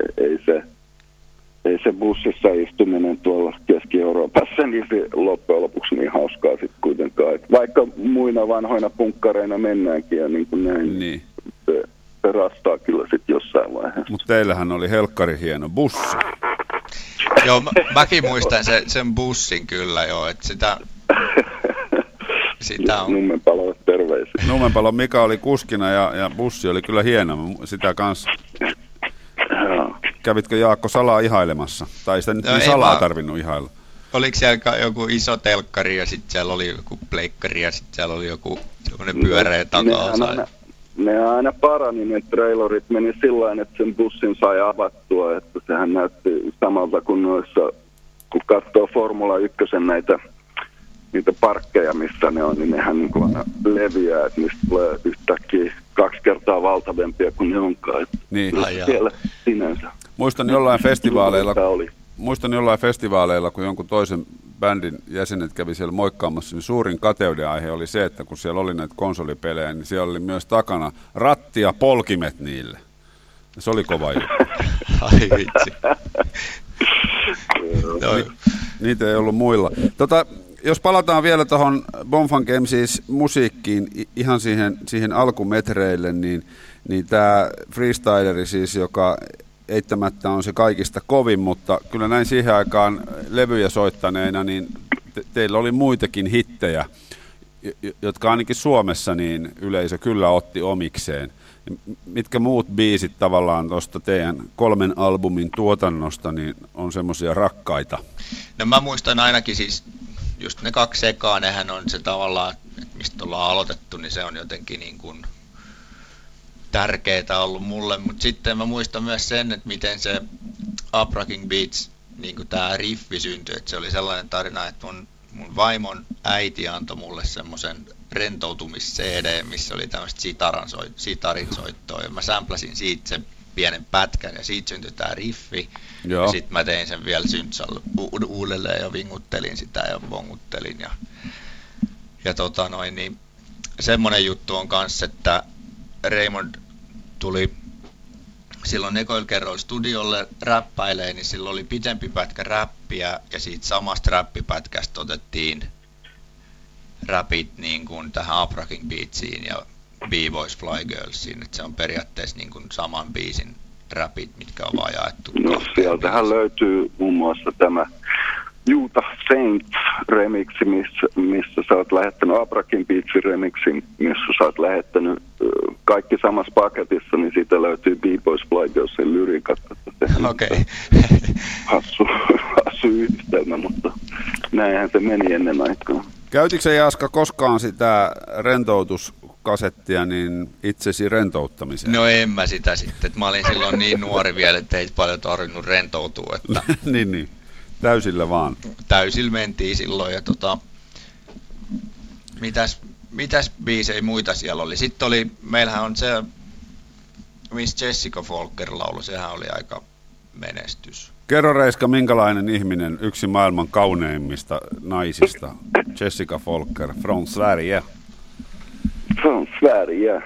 ei se bussissa istuminen tuolla Keski-Euroopassa, niin se loppujen lopuksi niin hauskaa sitten kuitenkaan. Että vaikka muina vanhoina punkkareina mennäänkin ja niin kuin näin, niin. Se rastaa kyllä sitten jossain vaiheessa. Mutta teillähän oli helkkari hieno bussi. Joo, mäkin muistan sen bussin kyllä joo, että sitä on... Nummenpalo terveisiä. Nummenpalo Mika oli kuskina ja bussi oli kyllä hieno, sitä kanssa. Kävitkö Jaakko salaa ihailemassa? Tai sitä nyt niin salaa tarvinnut ihailla. Oliko siellä joku iso telkkari ja sitten siellä oli joku pleikkari ja sitten siellä oli joku pyöreä takaosa? Ne aina parani, ne trailerit meni sillain, että sen bussin sai avattua, että sehän näytti samalta kuin noissa, kun katsoo Formula 1 niitä parkkeja, missä ne on, niin nehän niin kuin aina leviää, että niistä tulee yhtäkkiä 2 kertaa valtavempia kuin ne onkaan. Niin. Siellä sinänsä. Muistan jollain festivaaleilla, kun jonkun toisen bändin jäsenet kävi siellä moikkaamassa, niin suurin kateuden aihe oli se, että kun siellä oli näitä konsolipelejä, niin siellä oli myös takana ratti ja polkimet niille. Se oli kova juttu. Ai vitsi. Niitä ei ollut muilla. Jos palataan vielä tuohon Bomfunk MCs musiikkiin ihan siihen alkumetreille, niin tämä freestyleri siis, joka eittämättä on se kaikista kovin, mutta kyllä näin siihen aikaan levyjä soittaneena, niin teillä oli muitakin hittejä, jotka ainakin Suomessa niin yleisö kyllä otti omikseen. Mitkä muut biisit tavallaan tuosta teidän 3 albumin tuotannosta niin on semmoisia rakkaita? No mä muistan ainakin siis just ne 2 ekaa, nehän on se tavallaan, että mistä ollaan aloitettu, niin se on jotenkin niin kuin tärkeää ollut mulle, mutta sitten mä muistan myös sen, että miten se Uprocking Beats, niin kuin tää riffi syntyi, että se oli sellainen tarina, että mun vaimon äiti antoi mulle semmoisen rentoutumis-CD, missä oli tämmöistä sitarinsoittoa, ja mä samplasin siitä sen pienen pätkän, ja siitä syntyi tää riffi, ja sitten mä tein sen vielä syntsalla uudelleen, ja vinguttelin sitä, ja vonguttelin, Ja niin semmoinen juttu on kanssa, että Raymond tuli silloin ekoilla kerroilla studiolle räppäilee, niin silloin oli pitempi pätkä räppiä ja siitä samasta räppipätkästä otettiin räpit niin kuin tähän Abrakin beatsiin ja B-Boys Fly Girlsiin, että se on periaatteessa niin kuin saman biisin räpit, mitkä on vaan jaettu. No sieltähän löytyy muun muassa tämä Utah Saints remixi, missä sä oot lähettänyt Abrakin Beatsin remixin, missä sä oot lähettänyt kaikki samassa paketissa, niin siitä löytyy B-Boys Fly Girlsin lyriikat. Okei. Hassu yhdistelmä, mutta näinhän se meni ennen aikaa. Käytitkö sä, Jaska, koskaan sitä rentoutuskasettia niin itsesi rentouttamiseen? No en mä sitä sitten. Mä olin silloin niin nuori vielä, että ei paljon tarvinnut rentoutua. Että niin. Täysillä vaan. Täysillä mentiin silloin. Ja mitäs biisejä muita siellä oli? Sitten meillähän on se, missä Jessica Folker laulu, sehän oli aika menestys. Kerro, Reiska, minkälainen ihminen, yksi maailman kauneimmista naisista, Jessica Folker, från Sverige? Från Sverige.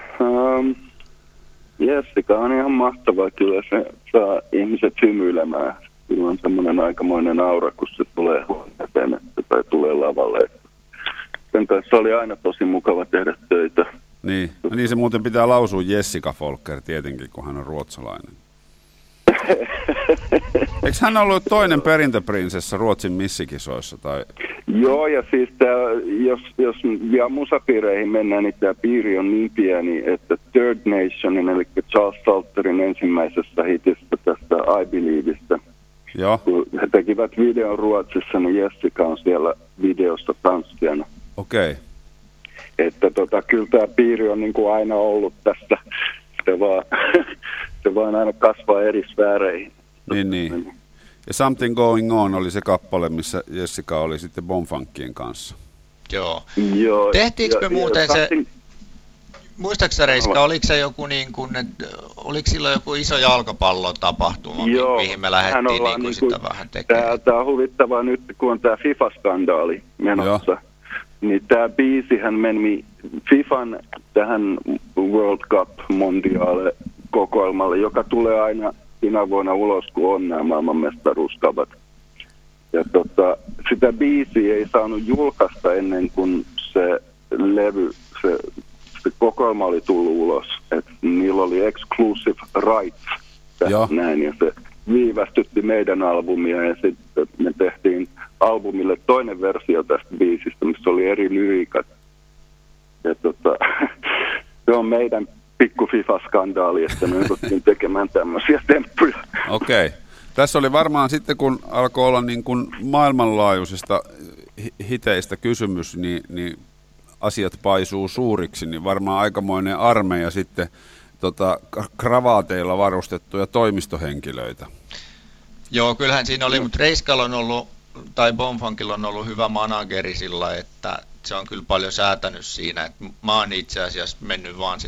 Jessica on ihan mahtava, kyllä se saa ihmiset hymyilemään. Sillä on semmoinen aikamoinen aura, kun se tulee huoneeseen tai tulee lavalle. Sen kanssa oli aina tosi mukava tehdä töitä. Niin se muuten pitää lausua Jessica Folker tietenkin, kun hän on ruotsalainen. Eikö hän ollut toinen perintöprinsessa Ruotsin missikisoissa? Tai? Joo, ja siis jos vielä musapiireihin mennään, niin tämä piiri on niin pieni, että Third Nationin, eli Charles Salterin ensimmäisessä hitissä tästä I Believeistä, joo. Kun he tekivät videon Ruotsissa, niin Jessica on siellä videossa tanssijana. Okei. Okay. Että kyllä tämä piiri on niin kuin aina ollut tässä. Se vaan aina kasvaa eri sfääreihin. Niin. Ja Something Going On oli se kappale, missä Jessica oli sitten Bonfunkien kanssa. Joo. Tehtiinkö me muuten se, muistaaksä, Reiska, oliko se joku niin kuin, oliko silloin joku iso jalkapallotapahtuma, mihin me lähdettiin niin kuin sitä vähän tekemään? Tämä on huvittavaa nyt, kun on tämä FIFA-skandaali menossa. Joo. Niin tämä biisihän meni FIFAn tähän World Cup-mondiaale kokoelmalle, joka tulee aina sinä vuonna ulos, kun on nämä maailmanmestaruuskavat. Ja sitä biisiä ei saanut julkaista ennen kuin se levy, se kokoelma oli tullut ulos. Et niillä oli exclusive rights näin, ja se viivästytti meidän albumia, ja sitten me tehtiin albumille toinen versio tästä biisistä, missä oli eri lyriikat. Ja se on meidän pikku FIFA-skandaali, että me otettiin tekemään tämmöisiä temppuja. Okei. Tässä oli varmaan sitten, kun alkoi olla niin kuin maailmanlaajuisista hiteistä kysymys, niin asiat paisuu suuriksi, niin varmaan aikamoinen armeija sitten kravaateilla varustettuja toimistohenkilöitä. Joo, kyllähän siinä oli, mutta Reiskalla on ollut, tai Bonfunkilla on ollut hyvä manageri sillä, että se on kyllä paljon säätänyt siinä, että mä oon itse asiassa mennyt vaan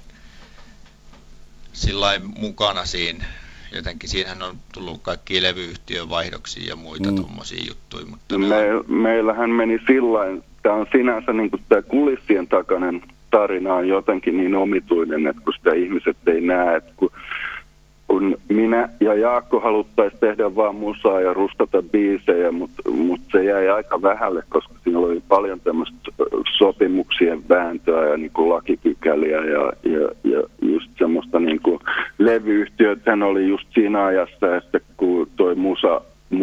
sillä mukana siinä. Jotenkin siinähän on tullut kaikkia levyyhtiön vaihdoksia ja muita tommosia juttuja. Mutta meillähän meni sillain, tämä on sinänsä niin kuin tämä kulissien takainen tarina on jotenkin niin omituinen, että kun sitä ihmiset ei näe, että kun minä ja Jaakko haluttaisiin tehdä vaan musaa ja rustata biisejä, mutta se jäi aika vähälle, koska siinä oli paljon tämmöistä sopimuksien vääntöä ja niin kuin lakipykäliä ja just semmoista niin kuin levyyhtiöthän oli just siinä ajassa, että kun toi musa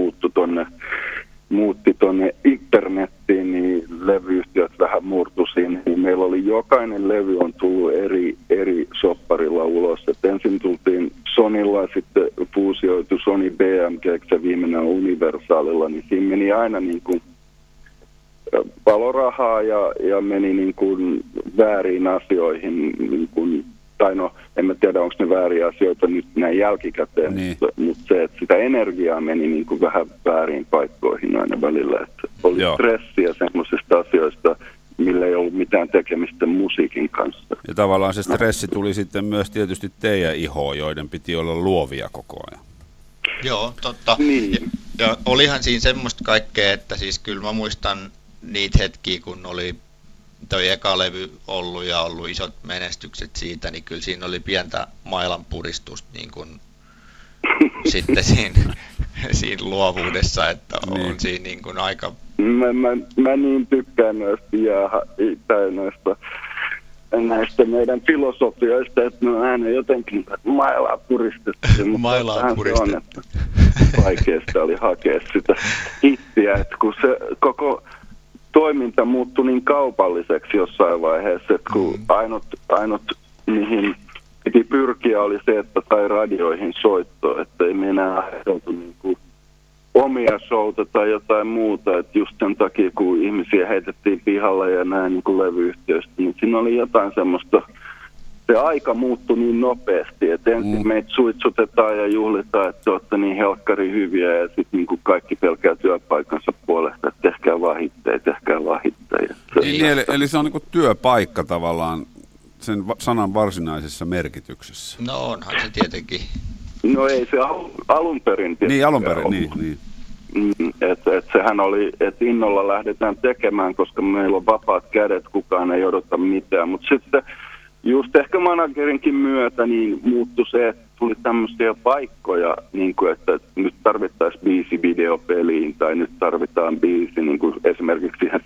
muutti tonne internettiin, niin levyyhtiöt vähän murtu siinä. Niin meillä oli jokainen levy on tullut eri sopparilla ulos. Et ensin tultiin Sonylla, sitten fuusioitu Sony BMG, ja viimeinen on Universalilla, niin siinä meni aina niin kuin palorahaa ja meni niin kuin vääriin asioihin, niin kuin, tai no, en mä tiedä, onko ne vääriä asioita nyt näin jälkikäteen, niin. mutta se, että sitä energiaa meni niin kuin vähän vääriin paikkoihin aina välillä, että oli stressiä semmoisista asioista, millä ei ollut mitään tekemistä musiikin kanssa. Ja tavallaan se stressi tuli sitten myös tietysti teidän ihoon, joiden piti olla luovia koko ajan. Joo, totta. Niin. Ja olihan siinä semmoista kaikkea, että siis kyllä mä muistan niitä hetkiä, kun oli toi eka levy ollut ja ollut isot menestykset siitä, niin kyllä siinä oli pientä mailan puristusta niin kuin sitten siinä luovuudessa, että on siinä niin kuin aika... Mä niin tykkään näistä meidän filosofioista, että ne on aina jotenkin mailaa puristettu. Mailaa puristettu. Vaikeasta oli hakea sitä hittiä, että kun se koko toiminta muuttui niin kaupalliseksi jossain vaiheessa, että kun ainut mihin piti pyrkiä oli se, että sai radioihin soittoa, että ei me enää ajateltu niin kuin omia showta tai jotain muuta, että just sen takia, kun ihmisiä heitettiin pihalla ja näin niin kuin levyyhtiöistä, niin siinä oli jotain semmoista, se aika muuttui niin nopeasti, että ensin meitä suitsutetaan ja juhlitaan, että te olette niin helkkari hyviä ja sitten niin kuin kaikki pelkää työpaikansa puolesta, että tehkää vaan hittejä. Eli se on niin kuin työpaikka tavallaan sen sanan varsinaisessa merkityksessä. No onhan se tietenkin. No ei se alun perin. Niin, alun perin, niin. Et sehän oli, että innolla lähdetään tekemään, koska meillä on vapaat kädet, kukaan ei odota mitään. Mutta sitten just ehkä managerinkin myötä niin muuttui se, että tuli tämmöisiä paikkoja, niin kuin, että nyt tarvittaisiin biisi videopeliin tai nyt tarvitaan biisi niin kuin esimerkiksi siihen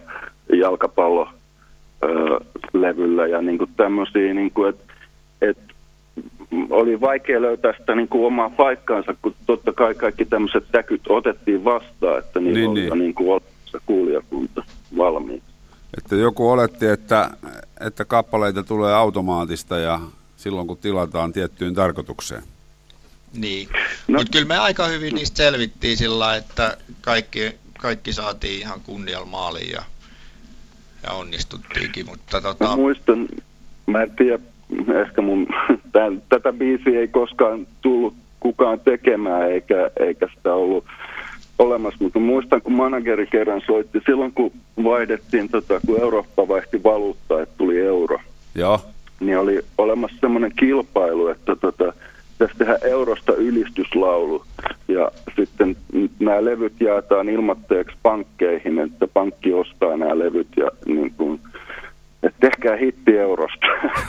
FIFA-jalkapallolevyllä ja niin kuin tämmöisiä, niin kuin, että oli vaikea löytää sitä niin kuin omaa paikkaansa, kun totta kai kaikki tämmöiset täkyt otettiin vastaan, että niillä oli jo niin kuin olemassa kuulijakunta valmiiksi. Että joku oletti, että kappaleita tulee automaatista ja silloin kun tilataan tiettyyn tarkoitukseen. Niin, mutta kyllä me aika hyvin niistä selvittiin sillä, että kaikki saatiin ihan kunnialla maaliin ja onnistuttiinkin, mutta Mä muistan, mä en tiedä, ehkä tätä biisiä ei koskaan tullut kukaan tekemään eikä sitä ollut olemassa, mutta muistan, kun manageri kerran soitti silloin, kun vaihdettiin, kun Eurooppa vaihti valuuttaa, että tuli euro. Joo. Niin oli olemassa semmoinen kilpailu, että tässä tehdään eurosta ylistyslaulu. Ja sitten nämä levyt jaetaan ilmoitteeksi pankkeihin, että pankki ostaa nämä levyt ja niin kuin, että tehkää hitti eurosta.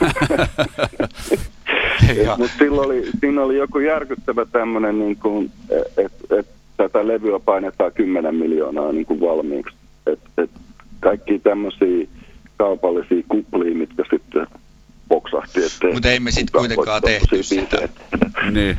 Mutta siinä oli joku järkyttävä tämmöinen, niin että tätä levyä painetaan 10 miljoonaa niin kuin valmiiksi. Et kaikki tämmöisiä kaupallisia kuplia, mitkä sitten boksahti. Mutta ei me sitten kuitenkaan tehty sitä. Niin.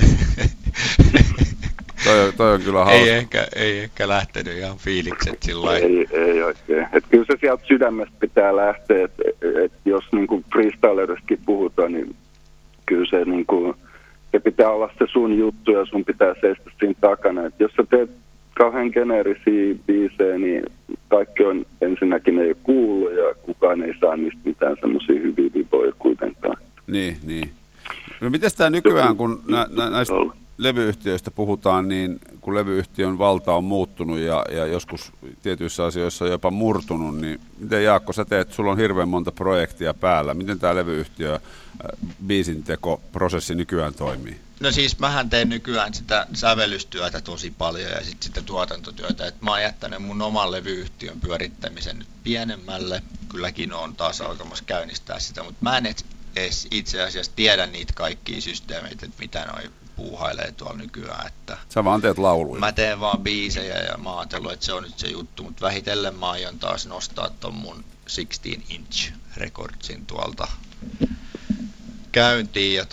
toi on kyllä hauska. Ei ehkä lähtenyt ihan fiilikset sillä ei oikein. Et kyllä se sieltä sydämestä pitää lähteä, että jos niinku freestyleriskin puhutaan, niin kyllä se, niinku, se pitää olla se sun juttu ja sun pitää seistä siinä takana. Et jos sä teet kauhean geneerisiä biisejä, niin kaikki on ensinnäkin ei kuullut ja kukaan ei saa niistä mitään semmoisia hyviä viboja kuitenkaan. Niin. No miten tämä nykyään, kun näistä levyyhtiöistä puhutaan, niin kun levyyhtiön valta on muuttunut ja joskus tietyissä asioissa on jopa murtunut, niin miten Jaakko sä teet, sulla on hirveän monta projektia päällä, miten tämä levyyhtiö biisintekoprosessi nykyään toimii? No siis mähän teen nykyään sitä sävellystyötä tosi paljon ja sitten sitä tuotantotyötä, että mä oon jättänyt mun oman levyyhtiön pyörittämisen nyt pienemmälle, kylläkin on taas alkamassa käynnistää sitä, mutta mä en edes itse asiassa tiedä niitä kaikkia systeemeitä, että mitä noi puuhailee tuolla nykyään. Että sä vaan teet lauluja. Mä teen vaan biisejä ja mä oon ajatellut, että se on nyt se juttu, mutta vähitellen mä aion taas nostaa ton mun 16-inch recordsin tuolta käyntiin ja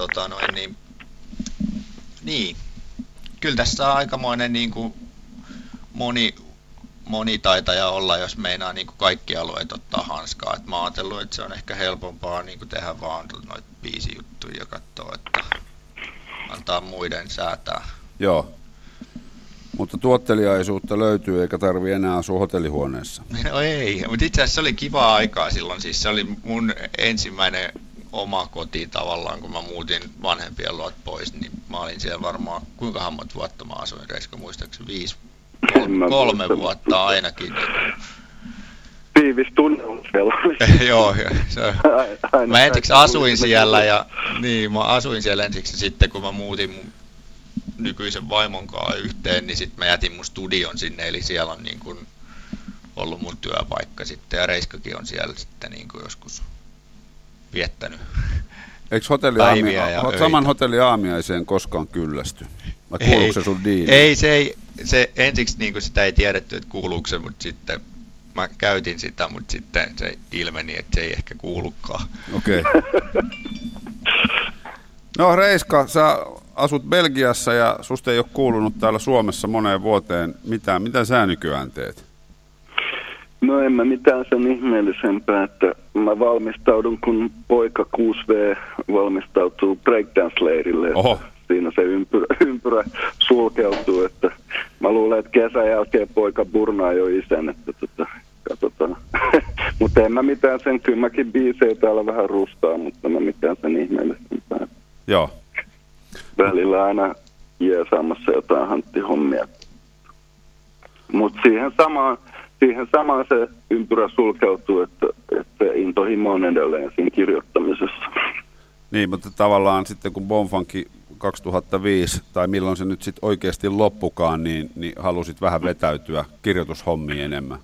niin. Kyllä tässä on aikamoinen niin kuin monitaitaja olla, jos meinaa niin kuin kaikki alueet ottaa hanskaa. Et mä oon ajatellut, että se on ehkä helpompaa niin kuin tehdä vaan noita biisijuttuja ja katsoa, että antaa muiden säätää. Joo, mutta tuotteliaisuutta löytyy eikä tarvi enää asua hotellihuoneessa. No ei, mutta itse asiassa se oli kivaa aikaa silloin. Siis se oli mun ensimmäinen oma koti tavallaan, kun mä muutin vanhempien luot pois, niin mä olin siellä varmaan, kuinka monta vuotta mä asuin, Reiska, muistaakseni 3 vuotta ainakin. Tiivis tunnelma siellä. Joo, mä ensiksi asuin siellä ja niin, mä asuin siellä ensiksi sitten, kun mä muutin mun nykyisen vaimon kanssa yhteen, niin sitten mä jätin mun studion sinne, eli siellä on niin kuin ollut mun työpaikka sitten, ja Reiskakin on siellä sitten niin kuin joskus viettänyt Eikö saman hotelli aamiaiseen koskaan kyllästy? Vai kuuluuko se sun diiliin? Ei, se ensiksi niin kuin sitä ei tiedetty, että kuuluuko se, mutta sitten mä käytin sitä, mutta sitten se ilmeni, että se ei ehkä kuulukaan. Okei. No Reiska, sä asut Belgiassa ja susta ei ole kuulunut täällä Suomessa moneen vuoteen mitään. Mitä sä nykyään teet? No en mä mitään sen ihmeellisempää, että mä valmistaudun, kun poika 6V valmistautuu breakdance-leirille. Oho. Siinä se ympyrä sulkeutuu, että mä luulen, että kesän jälkeen poika burnaa jo isän, että katsotaan. Mutta en mä mitään sen, kyllä mäkin biisejä täällä vähän rustaa, mutta mä mitään sen ihmeellisempää. Joo. Välillä aina jeesaamassa jotain hanttihommia. Mutta siihen samaan se ympyrä sulkeutuu, että intohimo on edelleen siinä kirjoittamisessa. Niin, mutta tavallaan sitten kun Bonfunki 2005, tai milloin se nyt sitten oikeasti loppukaan, niin halusit vähän vetäytyä kirjoitushommiin enemmän.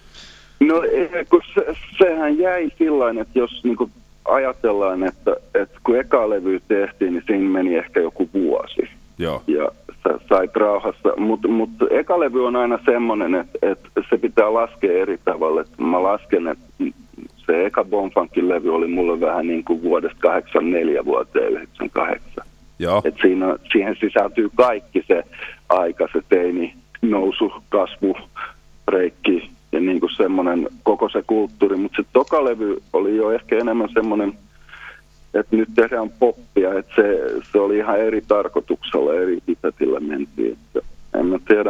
No kun sehän jäi sillain, että jos niinku ajatellaan, että kun eka levy tehtiin, niin siinä meni ehkä joku vuosi. Joo. Ja sä sait rauhassa, mutta eka levy on aina semmoinen, että se pitää laskea eri tavalla. Et mä lasken, että se eka Bonfunkin levy oli mulle vähän niin kuin vuodesta 84 vuoteen 98. Joo. Et siihen sisältyy kaikki se aika, se teini, nousu, kasvu, breikki ja niin kuin semmoinen koko se kulttuuri. Mutta se toka levy oli jo ehkä enemmän semmoinen, että nyt tehdään poppia, että se oli ihan eri tarkoituksella, eri pitätillä mentiin. Että en mä tiedä,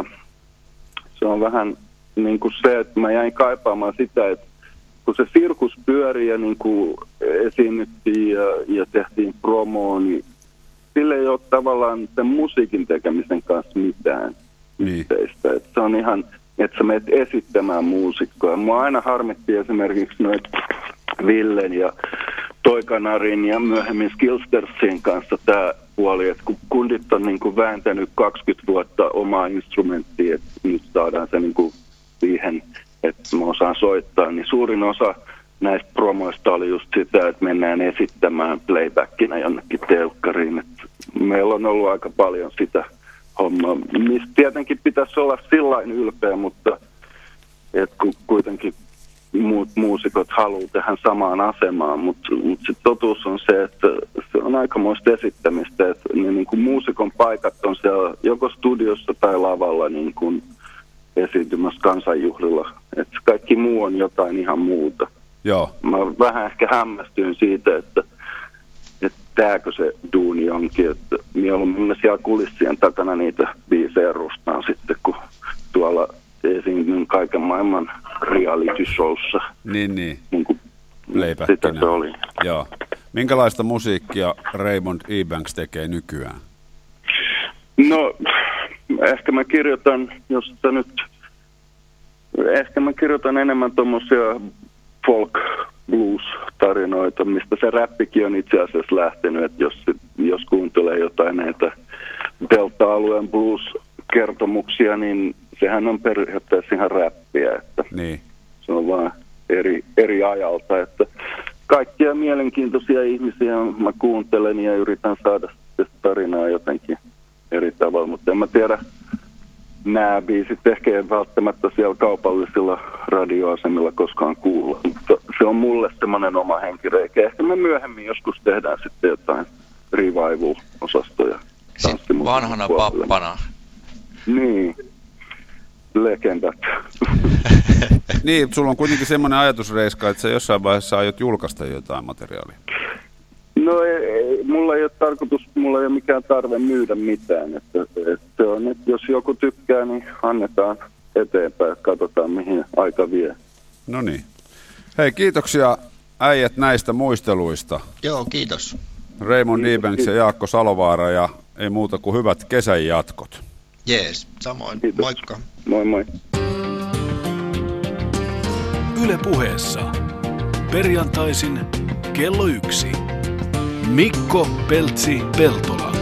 se on vähän niin kuin se, että mä jäin kaipaamaan sitä, että kun se sirkus pyöri ja niin kuin esiinnyttiin ja tehtiin promoa, niin sillä ei ole tavallaan sen musiikin tekemisen kanssa mitään yhteistä. Että se on ihan, että sä menet esittämään muusikkoa. Mua aina harmitti esimerkiksi noita Villen ja Toikanarin ja myöhemmin Skillstersin kanssa tämä puoli, että kun kundit on niin kuin vääntänyt 20 vuotta omaa instrumenttia, että nyt saadaan se niin kuin siihen, että mä osaan soittaa, niin suurin osa näistä promoista oli just sitä, että mennään esittämään playbackina jonnekin telkkariin. Että meillä on ollut aika paljon sitä hommaa, mistä tietenkin pitäisi olla sillain ylpeä, mutta että kuitenkin muut muusikot haluaa tehdä samaan asemaan, mutta sit totuus on se, että se on aikamoista esittämistä, että ne niin kuin muusikon paikat on siellä joko studiossa tai lavalla niin kuin esiintymässä kansanjuhlilla, että kaikki muu on jotain ihan muuta. Joo. Mä vähän ehkä hämmästyin siitä, että tääkö se duuni onkin, että mieluummin siellä kulissien takana niitä biisejä rustaan sitten, kun tuolla esiinnyin kaiken maailman reality showssa. Niin kuin sitä se oli. Joo. Minkälaista musiikkia Raymond Ebanks tekee nykyään? No, ehkä mä kirjoitan, ehkä mä kirjoitan enemmän tommosia folk blues-tarinoita, mistä se räppikin on itse asiassa lähtenyt, että jos kuuntelee jotain näitä Delta-alueen blues-kertomuksia, niin sehän on periaatteessa ihan räppiä, että niin. Se on vaan eri ajalta, että kaikkia mielenkiintoisia ihmisiä mä kuuntelen ja yritän saada tarinaa jotenkin eri tavalla, mutta en mä tiedä, nämä biisit ehkä ei välttämättä siellä kaupallisilla radioasemilla koskaan kuulla, mutta se on mulle semmoinen oma henkireikä. Ehkä me myöhemmin joskus tehdään sitten jotain revival-osastoja. Sitten vanhana pappana. Niin, legendat. Niin, sulla on kuitenkin semmoinen ajatus, Reiska, että sä jossain vaiheessa aiot julkaista jotain materiaalia. No ei, mulla ei ole mikään tarve myydä mitään. Että on, että jos joku tykkää, niin annetaan eteenpäin, katsotaan mihin aika vie. No niin. Hei, kiitoksia äijät näistä muisteluista. Joo, kiitos. Raymond Ebanks ja Jaakko Salovaara ja ei muuta kuin hyvät kesän jatkot. Jees, samoin. Kiitos. Moikka. Moi moi. Yle Puheessa. Perjantaisin kello 1. Mikko Peltsi-Peltola.